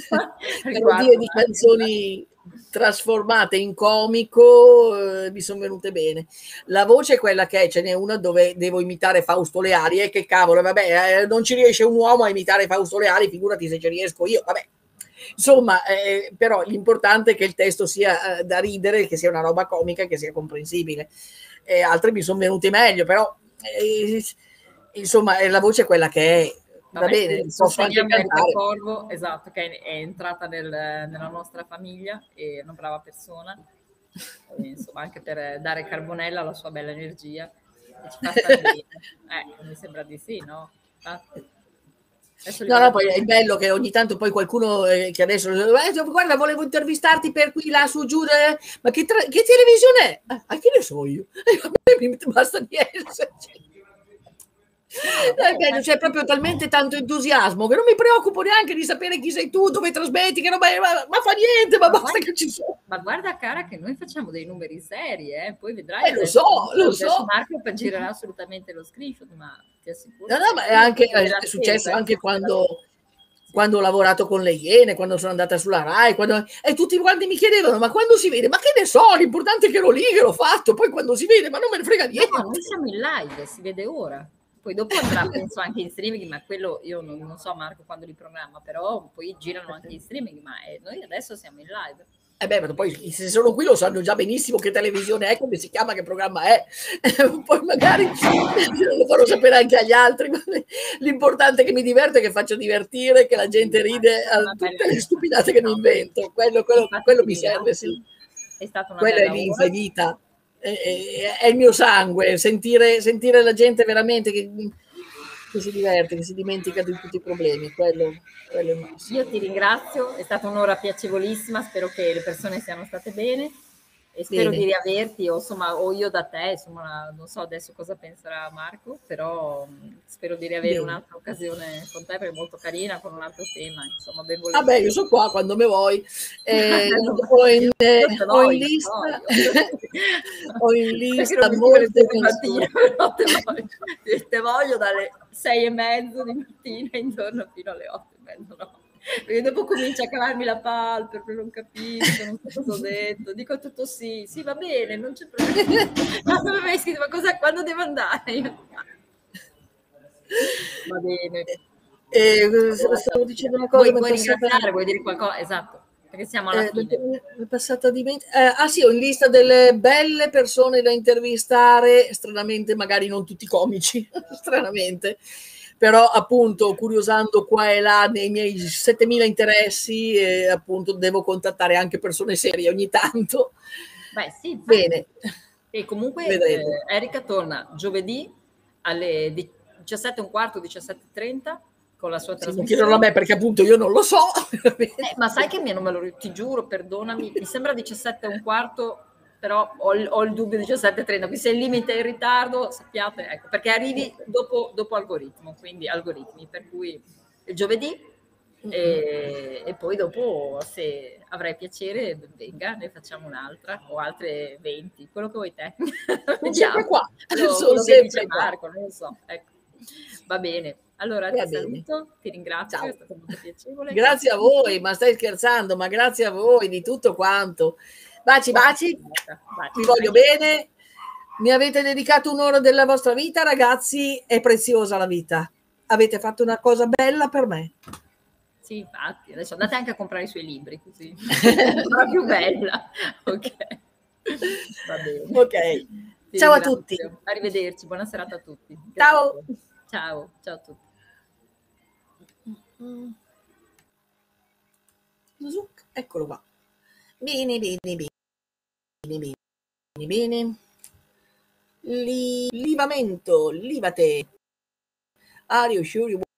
parodie di canzoni trasformate in comico, mi sono venute bene. La voce è quella che è, ce n'è una dove devo imitare Fausto Leari, e che cavolo, vabbè, non ci riesce un uomo a imitare Fausto Leari, figurati se ci riesco io, vabbè. Insomma, però l'importante è che il testo sia da ridere, che sia una roba comica, che sia comprensibile. Altre mi sono venute meglio, però insomma la voce è quella che è. Va bene, posso anche cantare. Corvo, esatto, che è entrata nella nostra famiglia, è una brava persona, insomma, anche per dare carbonella alla sua bella energia. E ci fa stare bene. Mi sembra di sì, no? No, poi è bello che ogni tanto poi qualcuno che adesso guarda, volevo intervistarti per qui, là, su, giù, ma che televisione è? A che ne so io? Mi basta di esserci. C'è proprio talmente tanto entusiasmo che non mi preoccupo neanche di sapere chi sei tu, dove trasmetti, che roba, ma fa niente, ma basta che ci sono. Ma guarda cara che noi facciamo dei numeri seri, poi vedrai. Lo so. Marco girerà assolutamente lo screenshot, ma ti assicuro. No, ma è successo anche quando ho lavorato con le Iene, quando sono andata sulla Rai, e tutti quanti mi chiedevano: ma quando si vede? Ma che ne so, l'importante è che ero lì, che l'ho fatto, poi quando si vede, ma non me ne frega niente. No, noi siamo in live, si vede ora. Poi dopo andrà, penso, anche in streaming, ma quello io non so Marco quando li programma, però poi girano anche in streaming, ma noi adesso siamo in live. Ma poi se sono qui lo sanno già benissimo che televisione è, come si chiama, che programma è. Poi magari lo farò sapere anche agli altri. L'importante è che mi diverto e che faccio divertire, che la gente ride a tutte le stupidate che mi invento. Quello mi serve, sì. È stata una quella è linfa, è vita. È il mio sangue, sentire la gente veramente che si diverte, che si dimentica di tutti i problemi, quello è il massimo. Io ti ringrazio, è stata un'ora piacevolissima, spero che le persone siano state bene e spero di riaverti, o io da te, insomma, non so adesso cosa penserà Marco, però spero di riavere un'altra occasione con te, perché è molto carina, con un altro tema, insomma, ben volentieri. Vabbè, io sono qua quando me vuoi. Ho in lista molte canzoni. Te voglio dalle 6:30 di mattina intorno fino alle 8:30, no? Perché dopo comincia a cavarmi la palpebra, non capisco, non so cosa ho detto, dico tutto sì, va bene, non c'è problema. Ma cosa, quando devo andare? Va bene. Stavo dicendo una cosa. Vuoi ringraziare, vuoi dire qualcosa? Esatto, perché siamo alla fine. È passata di mente. Sì, ho in lista delle belle persone da intervistare, stranamente magari non tutti comici, stranamente. Però appunto curiosando qua e là nei miei 7.000 interessi, appunto devo contattare anche persone serie ogni tanto. Beh sì, bene. E comunque Erika torna giovedì alle 17:15, 17:30 con la sua non trasmissione. chiederlo a me perché appunto io non lo so. Ma sai che non me lo, ti giuro, perdonami, mi sembra 17:15, però ho il dubbio 17:30, quindi se il limite è in ritardo, sappiate, ecco, perché arrivi dopo algoritmo, quindi algoritmi, per cui il giovedì e poi dopo, se avrai piacere, ben venga, ne facciamo un'altra o altre 20, quello che vuoi te. Sono sempre qua, sono Quello che dice sempre qua. Marco, non lo so, ecco. Va bene, allora Va ti bene. saluto, ti ringrazio, Ciao. è stato molto piacevole. Grazie a voi, ma stai scherzando, ma grazie a voi di tutto quanto. Baci, baci, vi voglio bene. Mi avete dedicato un'ora della vostra vita, ragazzi, è preziosa la vita. Avete fatto una cosa bella per me. Sì, infatti, adesso andate anche a comprare i suoi libri, così sarà più bella. Ok, va bene. Ok, Ti ciao a ringrazio. tutti. Arrivederci, buona serata a tutti. Ciao. Grazie. Ciao, ciao a tutti. Eccolo qua. Bene, bene, bene, bene, bene, bene. Livamento, livate. Are you sure you